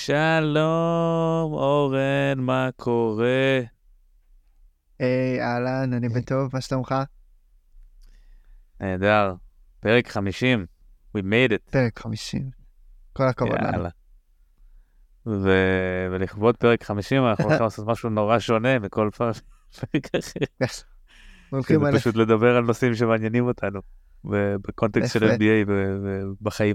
שלום, אורן, מה קורה? היי, אהלן, אני בטוב, מה שלומך? נהדר. פרק 50. We made it. פרק 50. כל הכבוד לנו. יאללה. ולכבוד פרק 50 אנחנו הולכים לעשות משהו נורא שונה מכל פעם. פרק אחר. Yes. הולכים שזה על פשוט לדבר על נושאים שמעניינים אותנו. בקונטקסט של בהחלט. NBA ובחיים.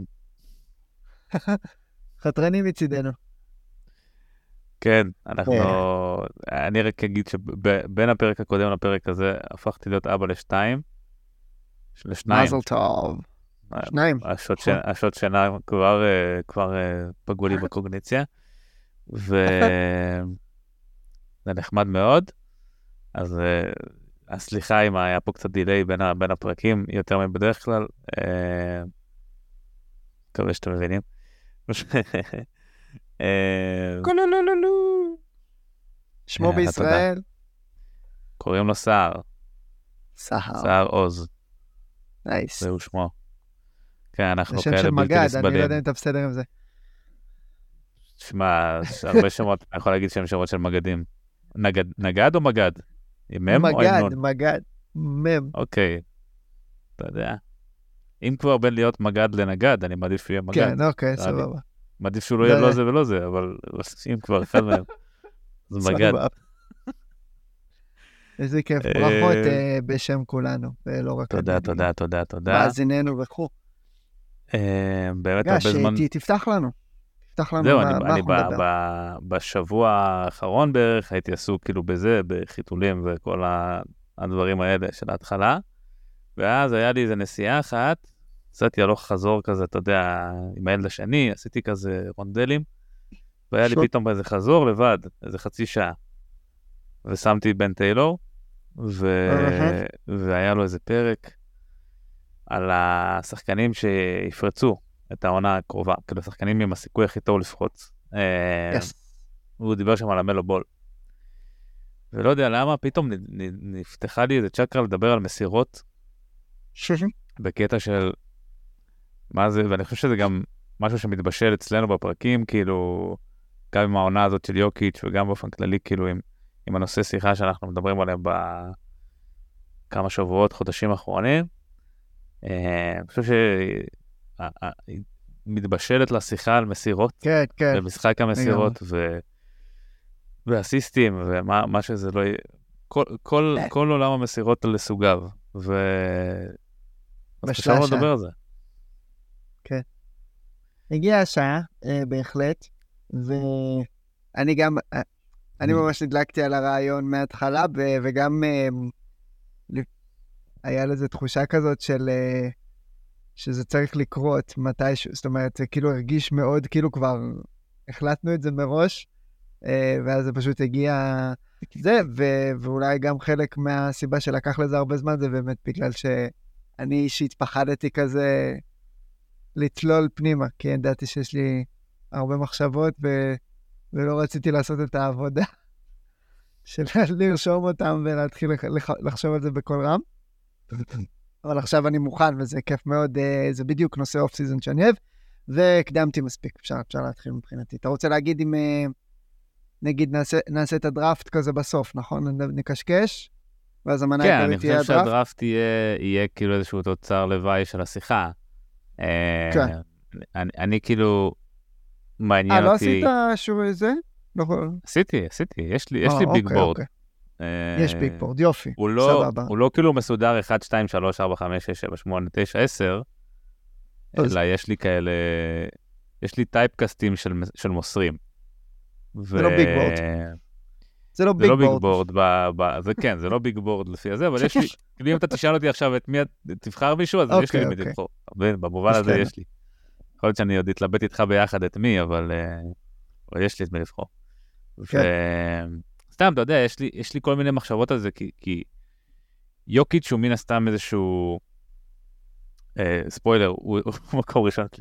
חתרנים מצידנו. כן, אני רק אגיד שבין הפרק הקודם לפרק הזה הפכתי להיות אבא לשניים. מזל טוב. שניים. השעות שינה כבר פגעו לי בקוגניציה, וזה נחמד מאוד. אז הסליחה אם היה פה קצת דיליי בין הפרקים, יותר מבדרך כלל. מקווה שאתם מבינים. שמו בישראל? קוראים לו סער. סער עוז. נייס. זהו שמו. כן, אנחנו זה שם כאלה של בלתי מגד, נסבלים. אני לא יודע אם אתה בסדר עם זה. שמע, הרבה שמות, אני יכול להגיד שהם שמות של מגדים. נגד או מגד? עם מם או עם נון? מגד. מם. אוקיי. אתה יודע. אם כבר בין להיות מגד לנגד, אני מעדיף שיהיה מגד. כן, אוקיי, סבבה. מעדיף שהוא לא יהיה לא זה ולא זה, אבל אם כבר אחד מהם, זה מגד. סבבה. איזה כיף, ברכות בשם כולנו, ולא רק... תודה. מאזיננו וכו'. באמת הרבה זמן... תפתח לנו. זהו, מה אני אנחנו נדבר. בשבוע האחרון בערך הייתי עסוק כאילו בזה, בחיתולים וכל הדברים האלה של ההתחלה, ואז היה לי איזה נסיעה אחת, עשיתי הלוך חזור כזה, אתה יודע, עם הילד השני, עשיתי כזה רונדלים, והיה לי פתאום איזה חזור לבד, איזה חצי שעה, ושמתי בן טיילור, והיה לו איזה פרק על השחקנים שיפרצו את העונה הקרובה, כאילו שחקנים עם הסיכוי הכי טוב לפחות. הוא דיבר שם על המלו בול. ולא יודע למה, פתאום נפתחה לי איזה צ'קרה לדבר על מסירות, בקטע של מה זה, ואני חושב שזה גם משהו שמתבשל אצלנו בפרקים, כאילו, גם עם העונה הזאת של יוקיץ' וגם באופן כללי, כאילו, עם הנושא שיחה שאנחנו מדברים עליהם בכמה שבועות, חודשים האחרונים. אני חושב מתבשלת לשיחה על מסירות, כן. במשחק המסירות, ואסיסטים, ומה שזה לא יהיה, כל עולם המסירות לסוגיו, אז אפשר לדבר על זה. כן. הגיעה השעה, בהחלט, ואני גם, אני ממש נדלקתי על הרעיון מההתחלה, וגם היה לזה תחושה כזאת של שזה צריך לקרות מתישהו, זאת אומרת, זה כאילו הרגיש מאוד, כאילו כבר החלטנו את זה מראש, ואז זה פשוט הגיע זה, ואולי גם חלק מהסיבה שלקח לזה הרבה זמן, זה באמת בגלל שאני אישית פחדתי כזה לצלול פנימה, כי ידעתי שיש לי הרבה מחשבות, ולא רציתי לעשות את העבודה של לרשום אותם ולהתחיל לחשוב על זה בכל רם. אבל עכשיו אני מוכן, וזה כיף מאוד, זה בדיוק נושא אוף סיזון שאני אוהב, והקדמתי מספיק, אפשר להתחיל מבחינתי. אתה רוצה להגיד אם, נגיד, נעשה את הדראפט כזה בסוף, נכון? נקשקש, ואז המנה כן, העיקרית תהיה הדראפט? אני חושב שהדראפט יהיה כאילו איזשהו תוצר לוואי של השיחה. כן. אני כאילו מעניין לא אותי... עשית שהוא זה? עשיתי, יש לי ביג בורד. יש ביג בורד, יופי, סבבה. הוא לא כאילו מסודר 1, 2, 3, 4, 5, 6, 7, 8, 9, 10, אלא יש לי כאלה, יש לי טייפקאסטים של מוסרים. זה לא ביג בורד. זה לא ביג בורד, כן, זה לא ביג בורד לפי הזה, אבל יש לי, כאילו אם אתה תשאל אותי עכשיו את מי תבחר מישהו, אז יש לי למי תבחור. במובן הזה יש לי. יכול להיות שאני עוד אתלבט איתך ביחד את מי, אבל יש לי את מי לבחור. סתם, אתה יודע, יש לי כל מיני מחשבות על זה, כי יוקיץ' הוא מן הסתם איזשהו ספוילר, הוא מקור ראשון שלי.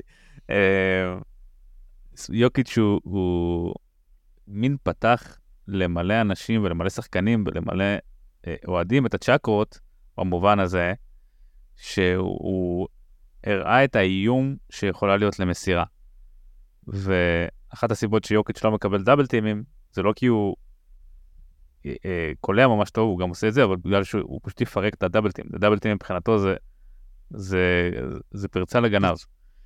יוקיץ' הוא מין פתח למלא אנשים ולמלא שחקנים ולמלא אוהדים את הצ'קרות, במובן הזה, שהוא הראה את האיום שיכולה להיות למסירה. ואחת הסיבות שיוקיץ' לא מקבל דאבל טימים, זה לא כי הוא קולע ממש טוב, הוא גם עושה את זה, אבל בגלל שהוא פשוט יפרק את הדאבל טים. הדאבל טים מבחינתו זה פרצה לגנב.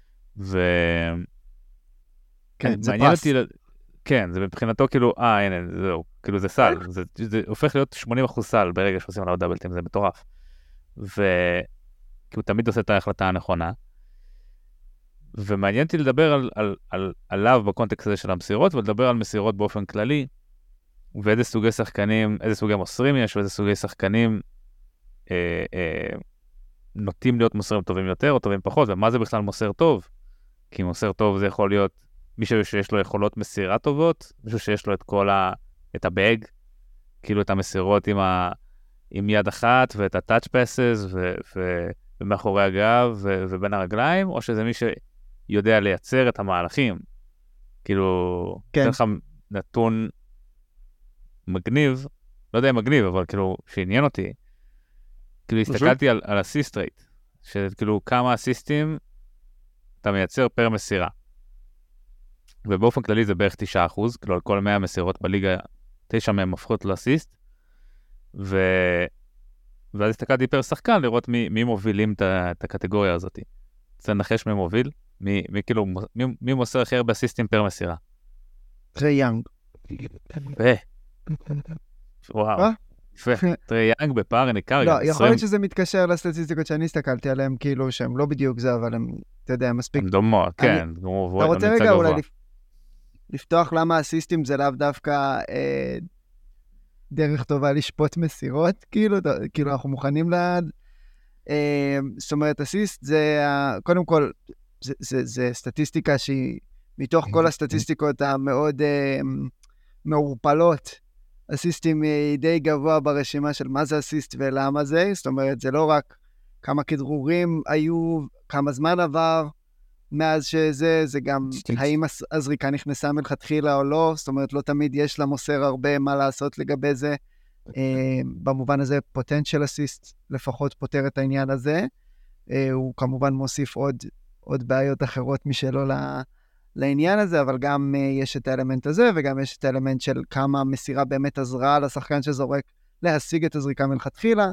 כן, זה פס. כן, זה מבחינתו כאילו, הנה, זהו, כאילו זה סל, זה הופך להיות 80% סל ברגע שעושים עליו דאבל טים, זה מטורף. כי הוא תמיד עושה את ההחלטה הנכונה. ומעניין אותי לדבר עליו בקונטקסט הזה של המסירות, ולדבר על מסירות באופן כללי, ואיזה סוגי שחקנים, איזה סוגי מוסרים יש, ואיזה סוגי שחקנים נוטים להיות מוסרים טובים יותר, או טובים פחות, ומה זה בכלל מוסר טוב? כי מוסר טוב זה יכול להיות מישהו שיש לו יכולות מסירה טובות, מישהו שיש לו את הבאג, כאילו את המסירות עם יד אחת, ואת ה-touch passes, ומאחורי הגב, ובין הרגליים, או שזה מי שיודע לייצר את המהלכים. כאילו, כן. תן לך נתון מגניב, לא יודע אם מגניב, אבל כאילו, שעניין אותי, כאילו הסתכלתי על אסיסט רייט, שכאילו כמה אסיסטים אתה מייצר פר מסירה. ובאופן כללי זה בערך 9%, כאילו על כל 100 מסירות בליגה, 9 מהם הופכות לאסיסט, ואז הסתכלתי פר שחקן לראות מי מובילים את הקטגוריה הזאת. זה נחש מי מוביל? מי מוסר הכי הרבה אסיסטים פר מסירה? טרי יאנג. וואו. טרי יאנג בפער ניכר. לא, יכול להיות שזה מתקשר לסטטיסטיקות שאני הסתכלתי עליהן, כאילו שהם לא בדיוק זה, אבל הם, אתה יודע, מספיק. הם דומות, כן. אתה רוצה רגע אולי לפתוח למה אסיסטים זה לאו דווקא דרך טובה לשפוט מסירות, כאילו אנחנו מוכנים זאת אומרת, אסיסט זה, קודם כל, זה סטטיסטיקה שהיא, מתוך כל הסטטיסטיקות המאוד מעורפלות, אסיסטים די גבוה ברשימה של מה זה אסיסט ולמה זה, זאת אומרת, זה לא רק כמה כדרורים היו, כמה זמן עבר, מאז זה גם האם הזריקה נכנסה מלכתחילה או לא, זאת אומרת, לא תמיד יש למוסר הרבה מה לעשות לגבי זה, במובן הזה פוטנציאל אסיסט לפחות פותר את העניין הזה, הוא כמובן מוסיף עוד בעיות אחרות משלו לעניין הזה, אבל גם יש את האלמנט הזה, וגם יש את האלמנט של כמה מסירה באמת עזרה לשחקן שזורק להשיג את הזריקה מלכתחילה,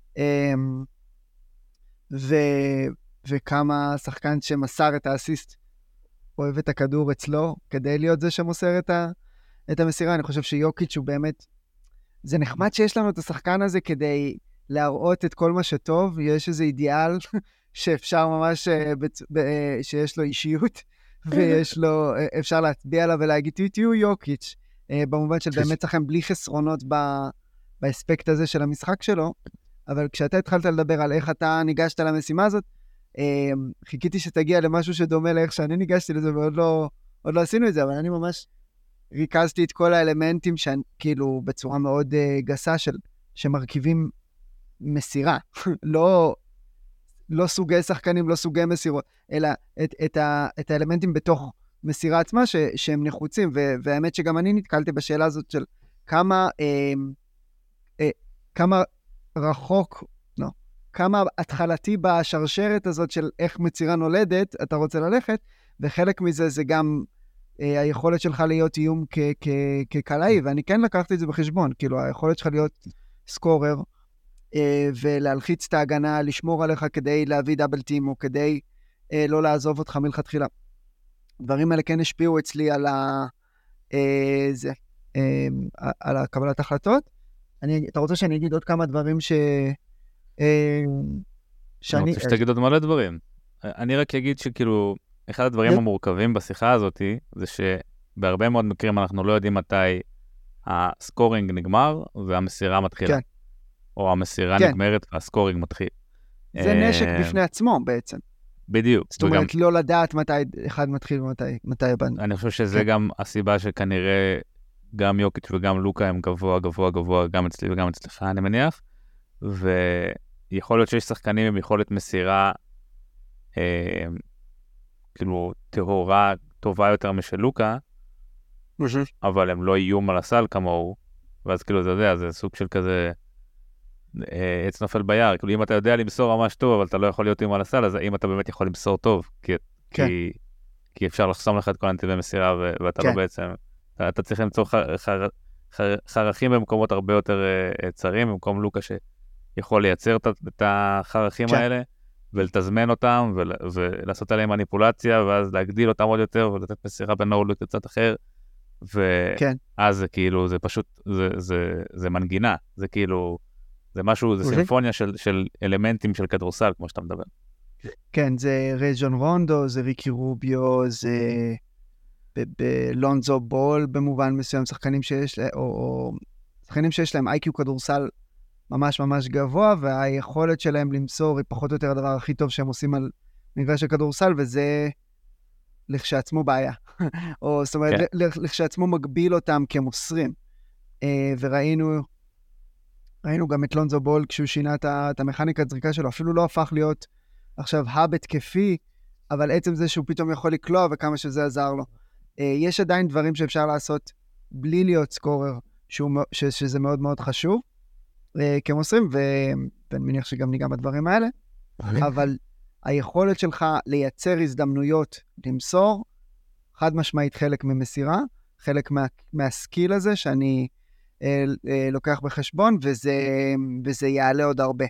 וכמה שחקן שמסר את האסיסט אוהב את הכדור אצלו, כדי להיות זה שמוסר את המסירה. אני חושב שיוקיץ' הוא באמת, זה נחמד שיש לנו את השחקן הזה כדי להראות את כל מה שטוב, יש איזה אידיאל שאפשר ממש, שיש לו אישיות, ויש לו, אפשר להצביע עליו ולהגיד, תהיו יוקיץ', במובן של באמת צריכים בלי חסרונות באספקט הזה של המשחק שלו, אבל כשאתה התחלת לדבר על איך אתה ניגשת למשימה הזאת, חיכיתי שתגיע למשהו שדומה לאיך שאני ניגשתי לזה, ועוד לא עשינו את זה, אבל אני ממש ריכזתי את כל האלמנטים כאילו בצורה מאוד גסה שמרכיבים מסירה, לא סוגי שחקנים, לא סוגי מסירות, אלא את האלמנטים בתוך מסירה עצמה שהם נחוצים, והאמת שגם אני נתקלתי בשאלה הזאת של כמה רחוק, כמה התחלתי בשרשרת הזאת של איך מצירה נולדת, אתה רוצה ללכת, וחלק מזה זה גם היכולת שלך להיות איום כקלעי, ואני כן לקחתי את זה בחשבון, כאילו היכולת שלך להיות סקורר, ולהלחיץ את ההגנה, לשמור עליך כדי להביא דאבל טים, או כדי לא לעזוב אותך מלכתחילה. דברים האלה כן השפיעו אצלי על הקבלת החלטות. אתה רוצה שאני אגיד עוד כמה דברים אני רוצה שתגיד עוד מלא דברים. אני רק אגיד שכאילו, אחד הדברים המורכבים בשיחה הזאת, זה שבהרבה מאוד מקרים אנחנו לא יודעים מתי הסקורינג נגמר, והמסירה מתחילה. כן. או המסירה נגמרת והסקורינג מתחיל. זה נשק בפני עצמו בעצם. בדיוק. זאת אומרת, לא לדעת מתי אחד מתחיל ומתי הבן. אני חושב שזה גם הסיבה שכנראה גם יוקיץ' וגם לוקה הם גבוה, גם אצלי וגם אצלך, אני מניח. ויכול להיות שיש שחקנים עם יכולת מסירה כאילו טהורה טובה יותר משל לוקה, אבל הם לא איום על הסל כמוהו, ואז כאילו, אתה יודע, זה סוג של כזה עץ נופל ביער, כאילו אם אתה יודע למסור ממש טוב, אבל אתה לא יכול להיות איום על הסל, אז האם אתה באמת יכול למסור טוב? כי אפשר לחסום לך את כל הנתיבי מסירה, ואתה לא בעצם, אתה צריך למצוא חרכים במקומות הרבה יותר צרים, במקום לוקה שיכול לייצר את החרכים האלה, ולתזמן אותם, ולעשות עליהם מניפולציה, ואז להגדיל אותם עוד יותר, ולתת מסירה בנורלוק קצת אחר, ואז זה כאילו, זה פשוט, זה מנגינה, זה כאילו, זה משהו, זה סימפוניה של אלמנטים של כדורסל, כמו שאתה מדבר. כן, זה רייג'ון רונדו, זה ריקי רוביו, זה בלונזו בול, במובן מסוים, שחקנים שיש להם, או שחקנים שיש להם איי-קיו כדורסל ממש ממש גבוה, והיכולת שלהם למסור היא פחות או יותר הדבר הכי טוב שהם עושים על מגרש של כדורסל, וזה לכשעצמו בעיה. או זאת אומרת, לכשעצמו מגביל אותם כמוסרים. וראינו גם את לונזו בול, כשהוא שינה את המכניקת זריקה שלו, אפילו לא הפך להיות עכשיו האב התקפי, אבל עצם זה שהוא פתאום יכול לקלוע, וכמה שזה עזר לו. יש עדיין דברים שאפשר לעשות בלי להיות סקורר, שזה מאוד מאוד חשוב, כמוסרים, ואני מניח שגם ניגע בדברים האלה, אבל היכולת שלך לייצר הזדמנויות למסור, חד משמעית חלק ממסירה, חלק מהסקיל הזה שאני לוקח בחשבון, וזה יעלה עוד הרבה.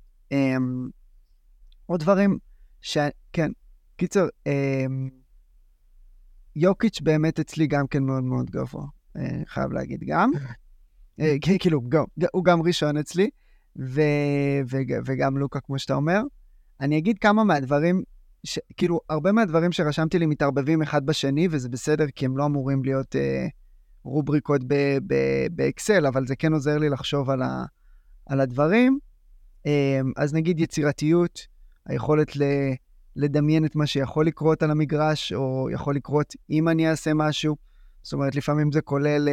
עוד דברים כן, קיצר, יוקיץ' באמת אצלי גם כן מאוד מאוד גבוה, חייב להגיד גם. כאילו, הוא גם ראשון אצלי, וגם לוקה, כמו שאתה אומר. אני אגיד כמה מהדברים, כאילו, הרבה מהדברים שרשמתי לי מתערבבים אחד בשני, וזה בסדר, כי הם לא אמורים להיות רובריקות באקסל, אבל זה כן עוזר לי לחשוב על הדברים. אז נגיד יצירתיות, היכולת לדמיין את מה שיכול לקרות על המגרש, או יכול לקרות אם אני אעשה משהו. זאת אומרת, לפעמים זה כולל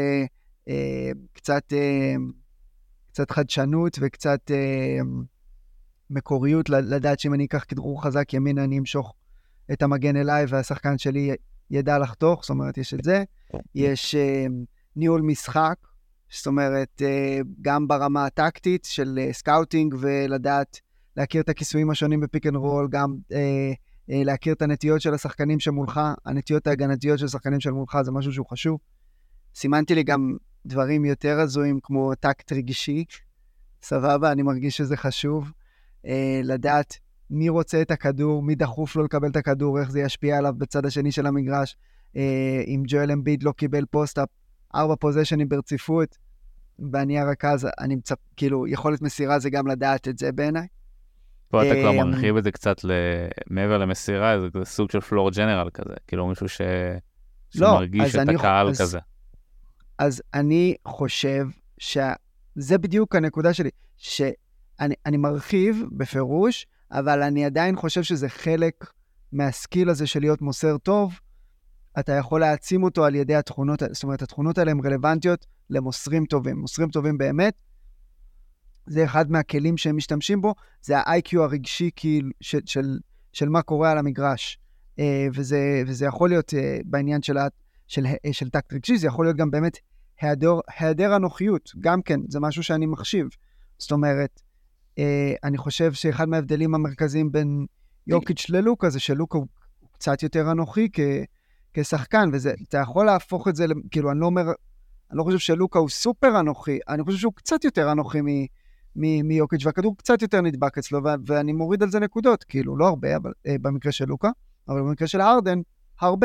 קצת חדשנות וקצת מקוריות, לדעת שאם אני אקח כדרור חזק ימין, אני אמשוך את המגן אליי, והשחקן שלי ידע לחתוך, זאת אומרת, יש את זה. יש ניהול משחק, זאת אומרת, גם ברמה הטקטית של סקאוטינג, ולדעת להכיר את הכיסויים השונים בפיק אנד רול, גם להכיר את הנטיות של השחקנים שמולך, הנטיות ההגנתיות של השחקנים של מולך, זה משהו שהוא חשוב. סימנתי לי גם דברים יותר הזויים, כמו טקט רגשי, סבבה, אני מרגיש שזה חשוב, לדעת מי רוצה את הכדור, מי דחוף לו לקבל את הכדור, איך זה ישפיע עליו בצד השני של המגרש, אם ג'ואל אמביד לא קיבל פוסט-אפ, 4 פוזיישנים ברציפות, ואני הרכז, אני כאילו, יכולת מסירה זה גם לדעת את זה בעיניי. פה אתה כבר מרחיב את זה קצת מעבר למסירה, זה סוג של פלור ג'נרל כזה, כאילו מישהו שמרגיש את הקהל כזה. אז אני חושב שזה בדיוק הנקודה שלי, שאני מרחיב בפירוש, אבל אני עדיין חושב שזה חלק מהסקיל הזה של להיות מוסר טוב, אתה יכול להעצים אותו על ידי התכונות, זאת אומרת, התכונות האלה הן רלוונטיות למוסרים טובים. מוסרים טובים באמת, זה אחד מהכלים שהם משתמשים בו, זה ה-IQ הרגשי של מה קורה על המגרש. וזה יכול להיות בעניין של טקט רגשי, זה יכול להיות גם באמת היעדר הנוחיות, גם כן, זה משהו שאני מחשיב. זאת אומרת, אני חושב שאחד מההבדלים המרכזיים בין יוקיץ' ללוקה, זה שלוקה הוא קצת יותר אנוכי כשחקן, ואתה יכול להפוך את זה, כאילו, אני לא חושב שלוקה הוא סופר אנוכי, אני חושב שהוא קצת יותר אנוכי מיוקיץ', והכדור קצת יותר נדבק אצלו, ואני מוריד על זה נקודות, כאילו, לא הרבה, אבל, במקרה של לוקה, אבל במקרה של הארדן, הרבה.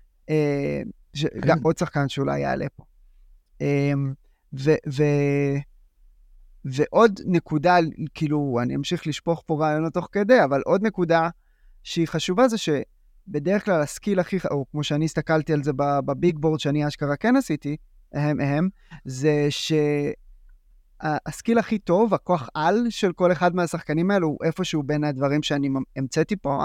עוד שחקן שאולי יעלה פה. ועוד נקודה, כאילו, אני אמשיך לשפוך פה רעיונות תוך כדי, אבל עוד נקודה שהיא חשובה זה שבדרך כלל הסקיל הכי, או כמו שאני הסתכלתי על זה בביג בורד שאני אשכרה כן עשיתי, זה שהסקיל הכי טוב, הכוח על של כל אחד מהשחקנים האלו, הוא איפשהו בין הדברים שאני המצאתי פה,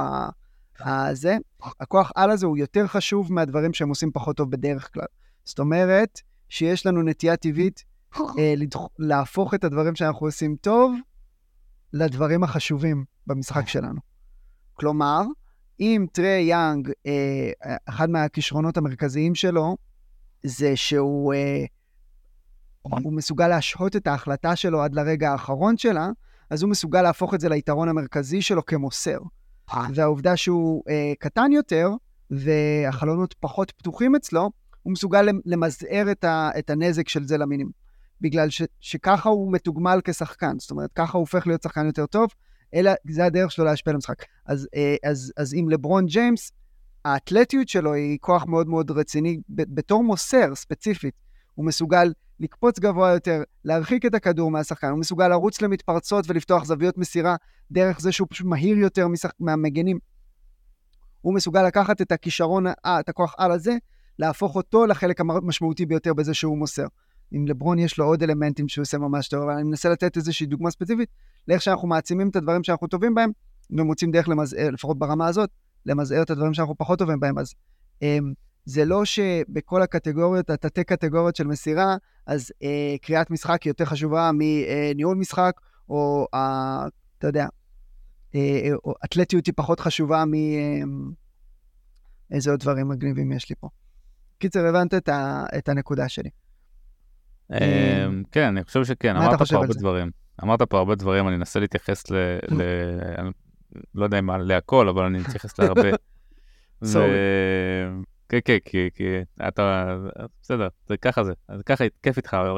הכוח על הזה הוא יותר חשוב מהדברים שהם עושים פחות טוב בדרך כלל. זאת אומרת, שיש לנו נטייה טבעית להפוך את הדברים שאנחנו עושים טוב לדברים החשובים במשחק שלנו. כלומר, אם טרי יאנג, אחד מהכישרונות המרכזיים שלו, זה שהוא מסוגל להשהות את ההחלטה שלו עד לרגע האחרון שלה, אז הוא מסוגל להפוך את זה ליתרון המרכזי שלו כמוסר. והעובדה שהוא קטן יותר, והחלונות פחות פתוחים אצלו, הוא מסוגל למזער את הנזק של זה למינימום. בגלל שככה הוא מתוגמל כשחקן, זאת אומרת, ככה הוא הופך להיות שחקן יותר טוב, אלא זה הדרך שלו להשפיע למשחק. אז עם לברון ג'יימס, האתלטיות שלו היא כוח מאוד מאוד רציני, בתור מוסר ספציפית, הוא מסוגל לקפוץ גבוה יותר, להרחיק את הכדור מהשחקן, הוא מסוגל לרוץ למתפרצות ולפתוח זוויות מסירה, דרך זה שהוא פשוט מהיר יותר מהמגנים. הוא מסוגל לקחת את הכישרון, את הכוח על הזה, להפוך אותו לחלק המשמעותי ביותר בזה שהוא מוסר. אם לברון יש לו עוד אלמנטים שהוא עושה ממש טוב, אבל אני מנסה לתת איזושהי דוגמה ספציפית, לאיך שאנחנו מעצימים את הדברים שאנחנו טובים בהם, ומוצאים דרך למזער, לפחות ברמה הזאת, למזער את הדברים שאנחנו פחות טובים בהם. אז זה לא שבכל הקטגוריות, התתי קטגוריות של מסירה, אז קריאת משחק היא יותר חשובה מניהול משחק, או אתה יודע, אתלטיות היא פחות חשובה איזה עוד דברים מגניבים יש לי פה. קיצר, הבנת את הנקודה שלי. כן, אני חושב שכן, אמרת פה הרבה דברים, אני אנסה להתייחס לא יודע אם להכל, אבל אני אתייחס להרבה. כן, כי אתה, בסדר, זה ככה זה, אז ככה כיף איתך, אורן.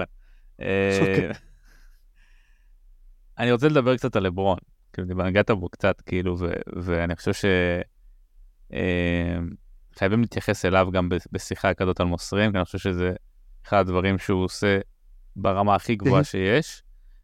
אני רוצה לדבר קצת על לברון, כאילו, נגעת בו קצת, כאילו, ואני חושב חייבים להתייחס אליו גם בשיחה כזאת על מוסרים, כי אני חושב שזה אחד הדברים שהוא עושה ברמה הכי גבוהה שיש.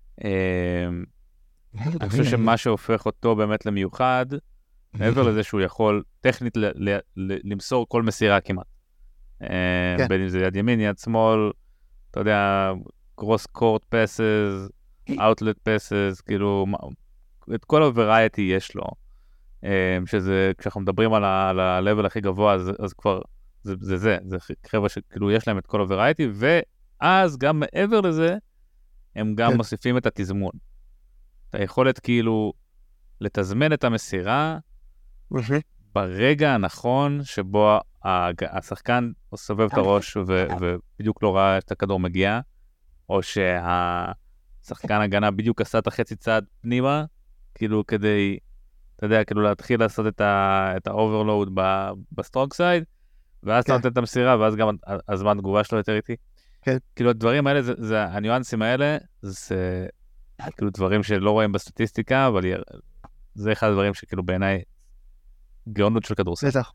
אני חושב שמה שהופך אותו באמת למיוחד, מעבר לזה שהוא יכול טכנית למסור כל מסירה כמעט. בין אם זה יד ימין, יד שמאל, אתה יודע, קרוס קורט פסס, אאוטלט פסס, כאילו, את כל ה-variety יש לו. שזה, כשאנחנו מדברים על ה-level הכי גבוה, אז כבר, זה חבר'ה שכאילו יש להם את כל ה-variety, ואז גם מעבר לזה, הם גם מוסיפים את התזמון. את היכולת כאילו לתזמן את המסירה ברגע הנכון שבו השחקן סובב את הראש ובדיוק לא ראה את הכדור מגיע, או שהשחקן הגנה בדיוק עשה את החצי צעד פנימה, כאילו כדי, אתה יודע, כאילו להתחיל לעשות את ה-overload בסטרונג סייד, ואז אתה נותן את המסירה, ואז גם הזמן תגובה שלו יותר איטי. כאילו הדברים האלה, הניואנסים האלה, זה כאילו דברים שלא רואים בסטטיסטיקה, אבל זה אחד הדברים שכאילו בעיניי גאונות של כדורסל. בטח.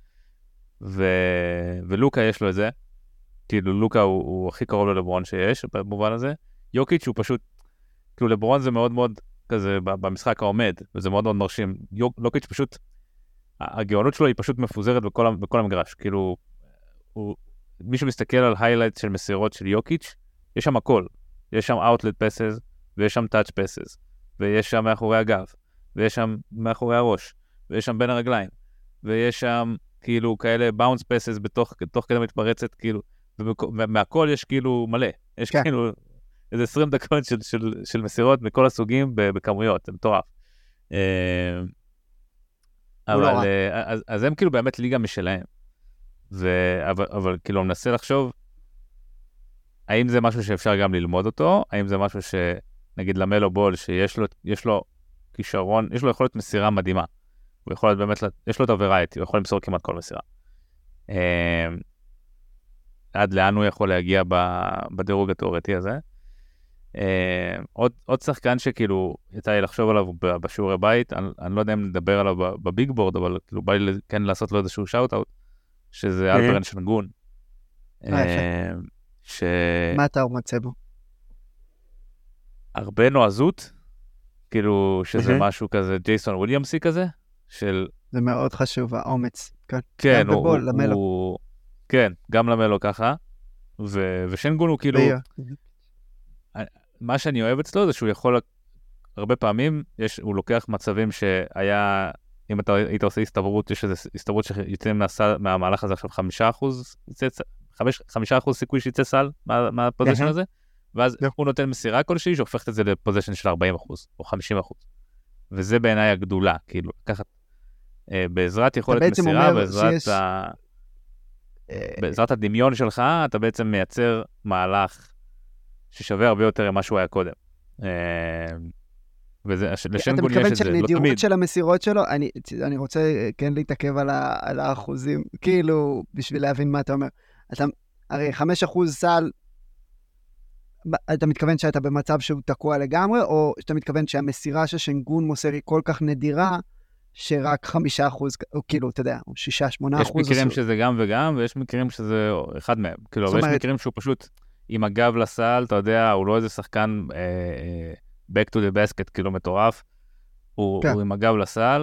ולוקה יש לו את זה, כאילו לוקה הוא הכי קרוב ללברון שיש במובן הזה. יוקיץ' הוא פשוט, כאילו לברון זה מאוד מאוד כזה במשחק העומד, וזה מאוד מאוד מרשים. יוקיץ' פשוט, הגאונות שלו היא פשוט מפוזרת בכל המגרש. כאילו, מישהו מסתכל על היילייט של מסירות של יוקיץ', יש שם הכל. יש שם outlet passes, ויש שם touch passes, ויש שם מאחורי הגב, ויש שם מאחורי הראש, ויש שם בין הרגליים, ויש שם כאילו כאלה bounce passes בתוך כדי מתפרצת, כאילו, ומהכל יש כאילו מלא. יש כאילו איזה 20 דקות של מסירות מכל הסוגים בכמויות, זה מטורף. אז הם כאילו באמת ליגה משלהם. אבל כאילו מנסה לחשוב, האם זה משהו שאפשר גם ללמוד אותו? האם זה משהו שנגיד למלו בול, שיש לו כישרון, יש לו יכולת מסירה מדהימה. הוא יכול להיות באמת, יש לו את ה-variety, הוא יכול למסור כמעט כל מסירה. עד לאן הוא יכול להגיע בדירוג התיאורטי הזה. עוד שחקן שכאילו יצא לי לחשוב עליו בשיעורי בית, אני לא יודע אם נדבר עליו בביג בורד, אבל כאילו בא לי כן לעשות לו איזשהו שאוט-אוט, שזה אלפרן שנגון. מה אתה מוצא בו? הרבה נועזות, כאילו שזה משהו כזה, ג'ייסון וויליאמסי כזה, של... זה מאוד חשוב, האומץ. כן, כן, גם למלו ככה, ושנגון הוא כאילו... מה שאני אוהב אצלו זה שהוא יכול, הרבה פעמים, הוא לוקח מצבים שהיה, אם אתה היית עושה הסתברות, יש איזו הסתברות שיוצאים מהמהלך הזה עכשיו 5% סיכוי שיצא סל מהפוזישן הזה, ואז הוא נותן מסירה כלשהי שהופכת את זה לפוזישן של 40% או 50%. וזה בעיניי הגדולה, כאילו, לקחת בעזרת יכולת מסירה, בעזרת הדמיון שלך, אתה בעצם מייצר מהלך ששווה הרבה יותר ממה שהוא היה קודם. ולשנגון יש אתה מתכוון את זה, של לא נדירות תמיד. של המסירות שלו? אני רוצה כן להתעכב על האחוזים, כאילו, בשביל להבין מה אתה אומר. הרי 5% סל, אתה מתכוון שאתה במצב שהוא תקוע לגמרי, או שאתה מתכוון שהמסירה ששנגון מוסר היא כל כך נדירה, שרק 5%, או כאילו, אתה יודע, 6-8%. יש מקרים שזה גם וגם, ויש מקרים שזה אחד מהם. כאילו, אבל יש מקרים שהוא פשוט עם הגב לסל, אתה יודע, הוא לא איזה שחקן back to the basket, כאילו מטורף. הוא עם הגב לסל,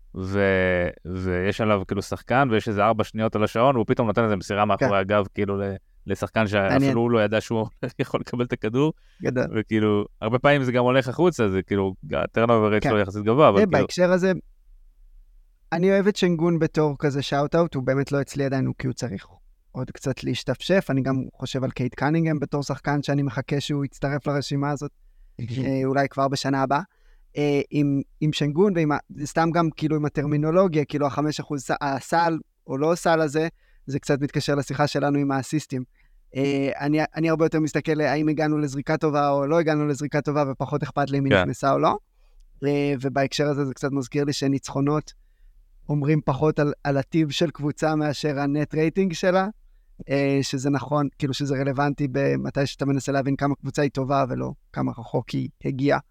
ויש עליו כאילו שחקן, ויש איזה 4 שניות על השעון, והוא פתאום נותן איזה מסירה מאחורי הגב, כאילו לשחקן שאפילו הוא לא ידע שהוא יכול לקבל את הכדור. וכאילו, הרבה פעמים זה גם הולך החוצה, זה כאילו, הטרנאובר רייט שלו יחסית גבוה, אבל כאילו... בהקשר הזה, אני אוהב את שנגון בתור כזה שאוט-אוט, הוא באמת לא אצלי עדיין, כי הוא צריך עוד קצת להשתפשף. אני גם חושב על קייט קנינגהם בתור שחקן שאני מחכה שהוא יצטרף לרשימה הזאת, אולי כבר בשנה הבאה. עם שנגון, סתם גם כאילו עם הטרמינולוגיה, כאילו 5% הסל או לא סל הזה, זה קצת מתקשר לשיחה שלנו עם האסיסטים. אני הרבה יותר מסתכל האם הגענו לזריקה טובה או לא הגענו לזריקה טובה, ופחות אכפת לי אם היא נכנסה או לא. ובהקשר הזה זה קצת מזכיר לי שניצחונות אומרים פחות על הטיב של קבוצה מאשר הנט רייטינג שלה, שזה נכון, כאילו שזה רלוונטי במתי שאתה מנסה להבין כמה קבוצה היא טובה ולא כמה רחוק היא הגיעה.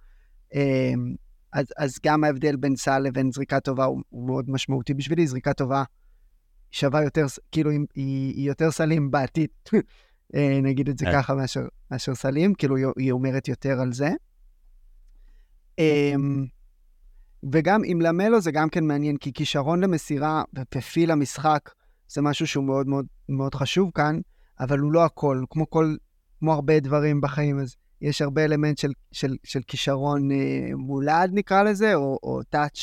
אז גם ההבדל בין סל לבין זריקה טובה הוא מאוד משמעותי בשבילי. זריקה טובה שווה יותר, כאילו היא יותר סלים בעתיד, נגיד את זה ככה מאשר סלים, כאילו היא אומרת יותר על זה. וגם עם למלו זה גם כן מעניין, כי כישרון למסירה ופיל המשחק זה משהו שהוא מאוד מאוד מאוד חשוב כאן, אבל הוא לא הכל, כמו הרבה דברים בחיים, אז יש הרבה אלמנט של כישרון מולד נקרא לזה, או טאץ'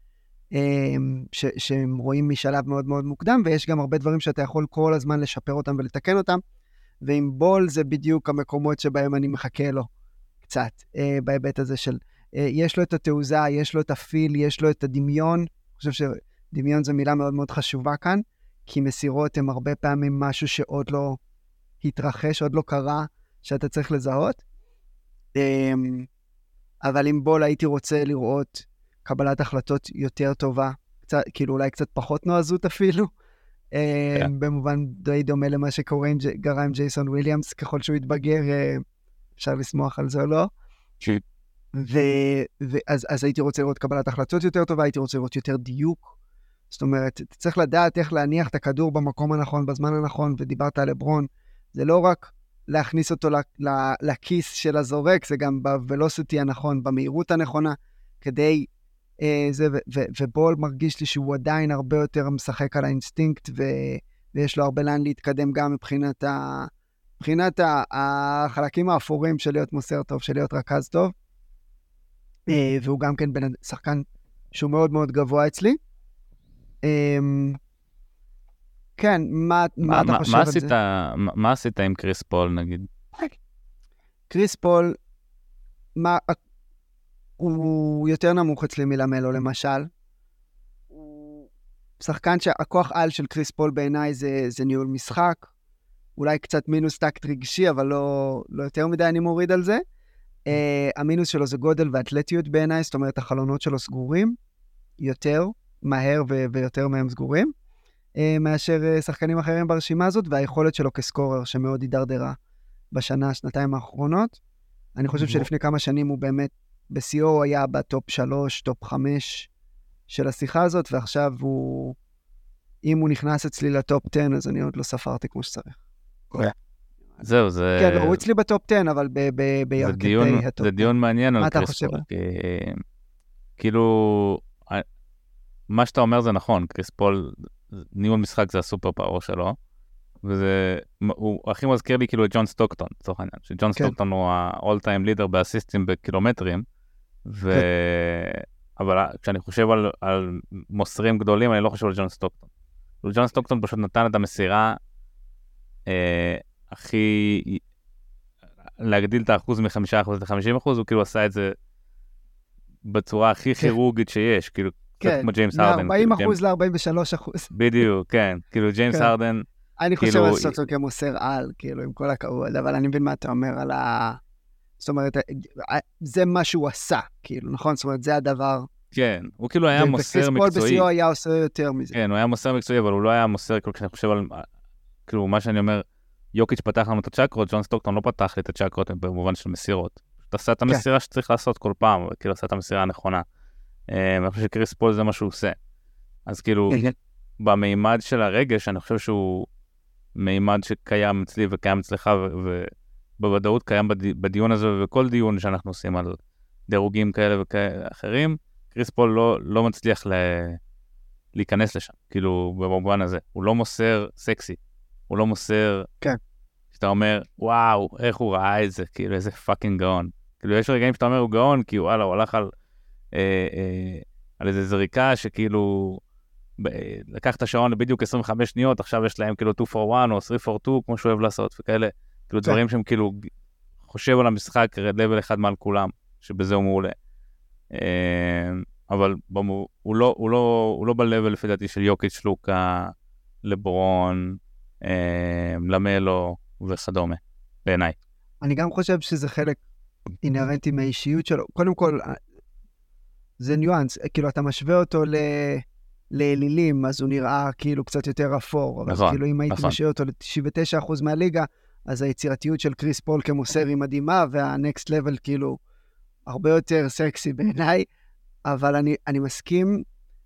שהם רואים משלב מאוד מאוד מוקדם, ויש גם הרבה דברים שאתה יכול כל הזמן לשפר אותם ולתקן אותם, ועם בול זה בדיוק המקומות שבהם אני מחכה לו קצת, בהיבט הזה של, יש לו את התעוזה, יש לו את הפיל, יש לו את הדמיון. אני חושב שדמיון זו מילה מאוד מאוד חשובה כאן, כי מסירות הם הרבה פעמים משהו שעוד לא התרחש, עוד לא קרה, שאתה צריך לזהות. אבל עם בול הייתי רוצה לראות קבלת החלטות יותר טובה, כאילו אולי קצת פחות נועזות אפילו, במובן די דומה למה שקורה גרה עם ג'ייסון וויליאמס, ככל שהוא יתבגר, אפשר לשמוח על זה או לא. אז הייתי רוצה לראות קבלת החלטות יותר טובה, הייתי רוצה לראות יותר דיוק. זאת אומרת, אתה צריך לדעת איך להניח את הכדור במקום הנכון, בזמן הנכון, ודיברת על לברון, זה לא רק להכניס אותו לכיס של הזורק, זה גם בוולוסיטי הנכון, במהירות הנכונה, כדי זה, ובול מרגיש לי שהוא עדיין הרבה יותר משחק על האינסטינקט, ויש לו הרבה לאן להתקדם גם מבחינת החלקים האפורים של להיות מוסר טוב, של להיות רכז טוב, והוא גם כן שחקן שהוא מאוד מאוד גבוה אצלי. כן, מה אתה חושב על זה? מה עשית עם קריס פול, נגיד? קריס פול, הוא יותר נמוך אצלי מלמלו, למשל. הוא שחקן שהכוח על של קריס פול בעיניי זה ניהול משחק, אולי קצת מינוס טקט רגשי, אבל לא יותר מדי אני מוריד על זה. המינוס שלו זה גודל ואתלטיות בעיניי, זאת אומרת, החלונות שלו סגורים, יותר מהר ויותר מהם סגורים, מאשר שחקנים אחרים ברשימה הזאת, והיכולת שלו כסקורר שמאוד הידרדרה בשנה, שנתיים האחרונות. אני חושב שלפני כמה שנים הוא באמת, בסיור היה בטופ 3, טופ 5 של השיחה הזאת, ועכשיו אם הוא נכנס אצלי לטופ 10, אז אני עוד לא ספרתי כמו שצריך. זהו, זה... כן, הוא אצלי בטופ 10, אבל בירכתי הטופ. זה דיון מעניין על קריס פול. כאילו, מה שאתה אומר זה נכון, קריס פול, ניהול משחק זה הסופר פאוור שלו, הוא הכי מזכיר לי כאילו את ג'ון סטוקטון, לצורך העניין, שג'ון סטוקטון הוא ה-all time leader באסיסטים בקילומטרים, אבל כשאני חושב על מוסרים גדולים, אני לא חושב על ג'ון סטוקטון. ג'ון סטוקטון פשוט נתן את המסירה הכי, להגדיל את האחוז מ-5% ל-50%, הוא כאילו עשה את זה בצורה הכי כירורגית שיש, כאילו, קצת כמו ג'יימס הרדן. מ-40% ל-43%. בדיוק, כן. כאילו ג'יימס הרדן, אני חושב על סטוקטון כמוסר על, כאילו, עם כל הכבוד, אבל אני מבין מה אתה אומר זאת אומרת, זה מה שהוא עשה, כאילו, נכון? זאת אומרת, זה הדבר. כן, הוא כאילו היה מוסר מקצועי. וקריס פול בשיאו היה עושה יותר מזה. כן, הוא היה מוסר מקצועי, אבל הוא לא היה מוסר, כאילו, כשאני חושב על, כאילו, מה שאני אומר, יוקיץ' פתח לנו את הצ'קרות, ג'ון סטוקטון לא פתח לי את הצ'קרות במובן של מסירות. אתה עושה את המסירה שצריך לעשות כל פעם, וכאילו עושה את המסירה הנכונה. אני חושב שקריס פול זה מה שהוא עושה. אז כאילו, במימד של הרגש, אני חושב שהוא מימד שקיים אצלי וקיים אצלך, ובוודאות קיים בדיון הזה, ובכל דיון שאנחנו עושים על דירוגים כאלה ואחרים, קריס פול לא מצליח להיכנס לשם, כאילו, במובן הזה. הוא לא מוסר סקסי, הוא לא מוסר, שאתה אומר, וואו, איך הוא ראה את זה, כאילו, איזה פאקינג גאון. כאילו, יש רגעים שאתה אומר, הוא גאון, כי וואלה, הוא הלך על איזה זריקה שכאילו, לקח את השעון בדיוק 25 שניות, עכשיו יש להם כאילו 2 for 1 או 3 for 2, כמו שהוא אוהב לעשות, וכאלה, כאילו דברים שהם כאילו, חושב על המשחק, לבל אחד מעל כולם, שבזה הוא מעולה. אבל הוא לא בלבל לפי דעתי של יוקיץ', לוקה, לברון, למלו וכדומה, בעיניי. אני גם חושב שזה חלק אינהרנטי מהאישיות שלו. קודם כל, זה ניואנס, כאילו אתה משווה אותו לאלילים, אז הוא נראה כאילו קצת יותר אפור, אבל נכון, כאילו אם הייתי משווה אותו ל-99% מהליגה, אז היצירתיות של קריס פול כמוסר היא מדהימה, והנקסט לבל כאילו הרבה יותר סקסי בעיניי, אבל אני מסכים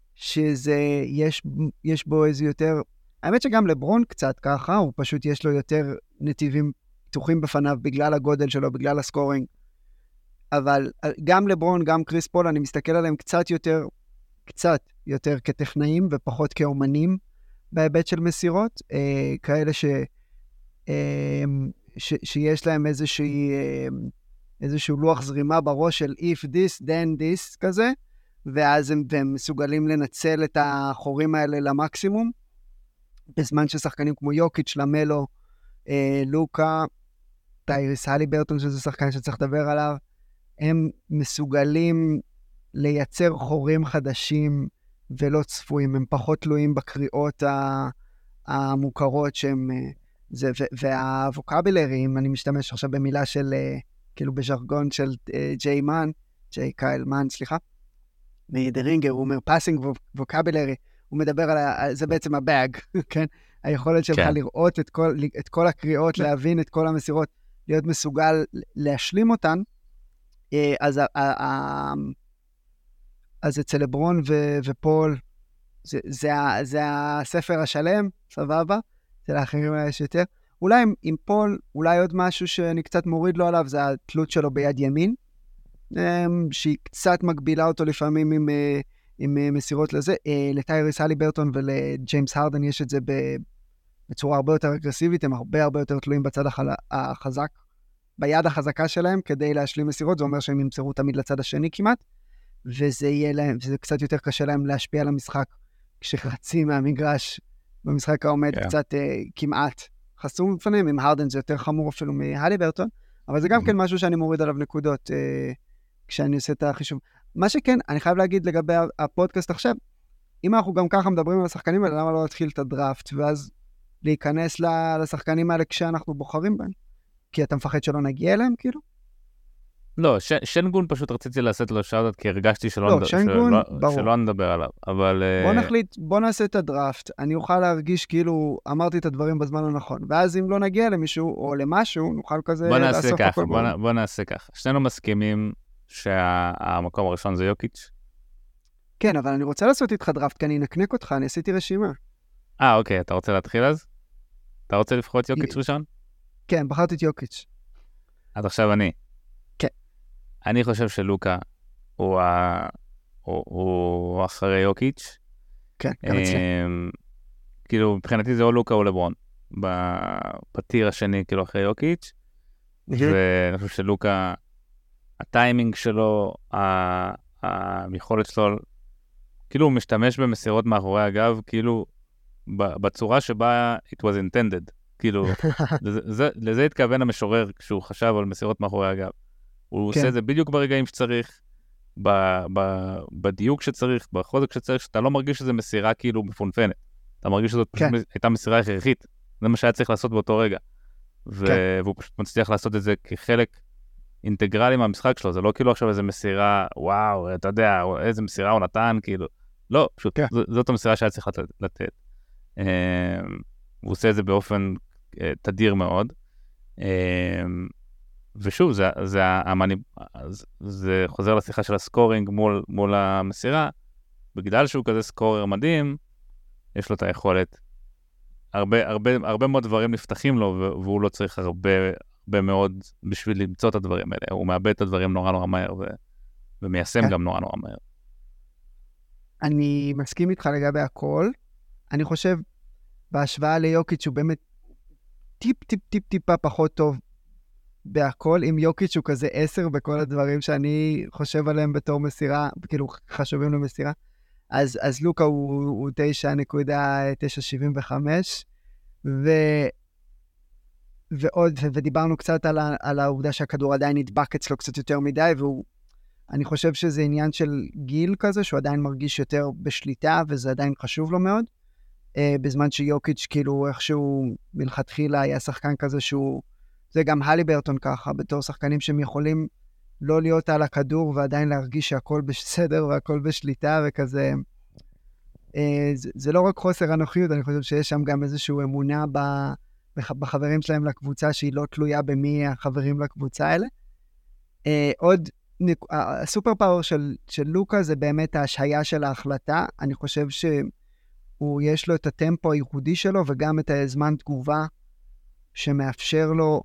יש בו איזה יותר, האמת שגם לברון קצת ככה, הוא פשוט יש לו יותר נתיבים פתוחים בפניו בגלל הגודל שלו, בגלל הסקורינג, אבל גם לברון, גם קריס פול, אני מסתכל עליהם קצת יותר כטכנאים ופחות כאומנים בהיבט של מסירות, כאלה שיש להם איזשהו לוח זרימה בראש של if this, then this כזה, ואז הם מסוגלים לנצל את החורים האלה למקסימום, בזמן ששחקנים כמו יוקיץ', למלו, לוקה, טייריס הליברטון, שזה שחקן שצריך לדבר עליו, הם מסוגלים לייצר חורים חדשים ולא צפויים, הם פחות תלויים בקריאות המוכרות שהם, והווקבילרי, אם אני משתמש עכשיו במילה של, כאילו בז'רגון של ג'יי קייל מן, סליחה, מדרינגר, הוא אומר פאסינג ווקבילרי, הוא מדבר על, זה בעצם הבאג, כן? היכולת שלך לראות את כל הקריאות, להבין את כל המסירות, להיות מסוגל להשלים אותן, אז אצל לברון ופול, זה הספר השלם, סבבה, אצל האחרים יש יותר. אולי עם פול, אולי עוד משהו שאני קצת מוריד לו עליו, זה התלות שלו ביד ימין, שהיא קצת מגבילה אותו לפעמים עם מסירות לזה. לטייריס הליברטון ולג'יימס הרדן יש את זה בצורה הרבה יותר אגרסיבית, הם הרבה יותר תלויים בצד החזק, ביד החזקה שלהם כדי להשלים מסירות, זה אומר שהם ימסרו תמיד לצד השני כמעט, וזה קצת יותר קשה להם להשפיע על המשחק, כשחצי מהמגרש במשחק העומד קצת כמעט חסום בפניהם, עם הרדן זה יותר חמור אפילו מהליברטון, אבל זה גם כן משהו שאני מוריד עליו נקודות כשאני עושה את החישוב. מה שכן, אני חייב להגיד לגבי הפודקאסט עכשיו, אם אנחנו גם ככה מדברים על השחקנים האלה, למה לא להתחיל את הדראפט, ואז להיכנס לשחקנים האלה כשאנחנו בוחרים בהם? כי אתה מפחד שלא נגיע אליהם, כאילו? לא, שנגון פשוט רציתי לעשות לו שאוט, כי הרגשתי שלא נדבר עליו, אבל... בוא נעשה את הדראפט, אני אוכל להרגיש כאילו אמרתי את הדברים בזמן הנכון, ואז אם לא נגיע למישהו או למשהו, נוכל כזה לאסוף הכל. בוא נעשה ככה, שנינו מסכימים שהמקום הראשון זה יוקיץ'? כן, אבל אני רוצה לעשות איתך דראפט, כי אני אנקנק אותך, אני עשיתי רשימה. אוקיי, אתה רוצה להתחיל אז? אתה רוצה לבחור את יוקיץ' ראשון? כן, בחרתי את יוקיץ'. אז עכשיו אני. כן. אני חושב שלוקה הוא אחרי יוקיץ'. כן, גם אצלי. כאילו, מבחינתי זה או לוקה או לברון. בפתיר השני, כאילו, אחרי יוקיץ'. ואני חושב שלוקה, הטיימינג שלו, היכולת שלו, כאילו הוא משתמש במסירות מאחורי הגב, כאילו, בצורה שבה it was intended. כאילו, לזה התכוון המשורר כשהוא חשב על מסירות מאחורי הגב. הוא עושה את זה בדיוק ברגעים שצריך, בדיוק שצריך, בחוזק שצריך, שאתה לא מרגיש שזה מסירה כאילו מפונפנת. אתה מרגיש שזאת פשוט הייתה מסירה הכרחית. זה מה שהיה צריך לעשות באותו רגע. והוא פשוט מצליח לעשות את זה כחלק אינטגרלי מהמשחק שלו, זה לא כאילו עכשיו איזה מסירה, וואו, אתה יודע, איזה מסירה הוא נתן, כאילו, לא, פשוט, זאת המסירה שהיה צריך לתת. הוא עושה את זה באופן תדיר מאוד, ושוב, זה חוזר לשיחה של הסקורינג מול המסירה, בגלל שהוא כזה סקורר מדהים, יש לו את היכולת, הרבה מאוד דברים נפתחים לו, והוא לא צריך הרבה מאוד בשביל למצוא את הדברים האלה, הוא מאבד את הדברים נורא נורא מהר, ומיישם גם נורא נורא מהר. אני מסכים איתך לגבי הכל, אני חושב, בהשוואה ליוקיץ' הוא באמת טיפה פחות טוב בהכל, אם יוקיץ' הוא כזה 10 בכל הדברים שאני חושב עליהם בתור מסירה, כאילו חשובים למסירה, אז לוקה הוא 9.975, ודיברנו קצת על העובדה שהכדור עדיין נדבק אצלו קצת יותר מדי, אני חושב שזה עניין של גיל כזה, שהוא עדיין מרגיש יותר בשליטה, וזה עדיין חשוב לו מאוד, בזמן שיוקיץ' כאילו איכשהו מלכתחילה היה שחקן כזה שהוא, זה גם הליברטון ככה, בתור שחקנים שהם יכולים לא להיות על הכדור, ועדיין להרגיש שהכל בסדר והכל בשליטה וכזה. זה לא רק חוסר אנוכיות, אני חושב שיש שם גם איזושהי אמונה בחברים שלהם לקבוצה, שהיא לא תלויה במי החברים לקבוצה האלה. עוד, הסופר פאוור של לוקה זה באמת ההשהיה של ההחלטה. אני חושב יש לו את הטמפו הייחודי שלו, וגם את הזמן תגובה שמאפשר לו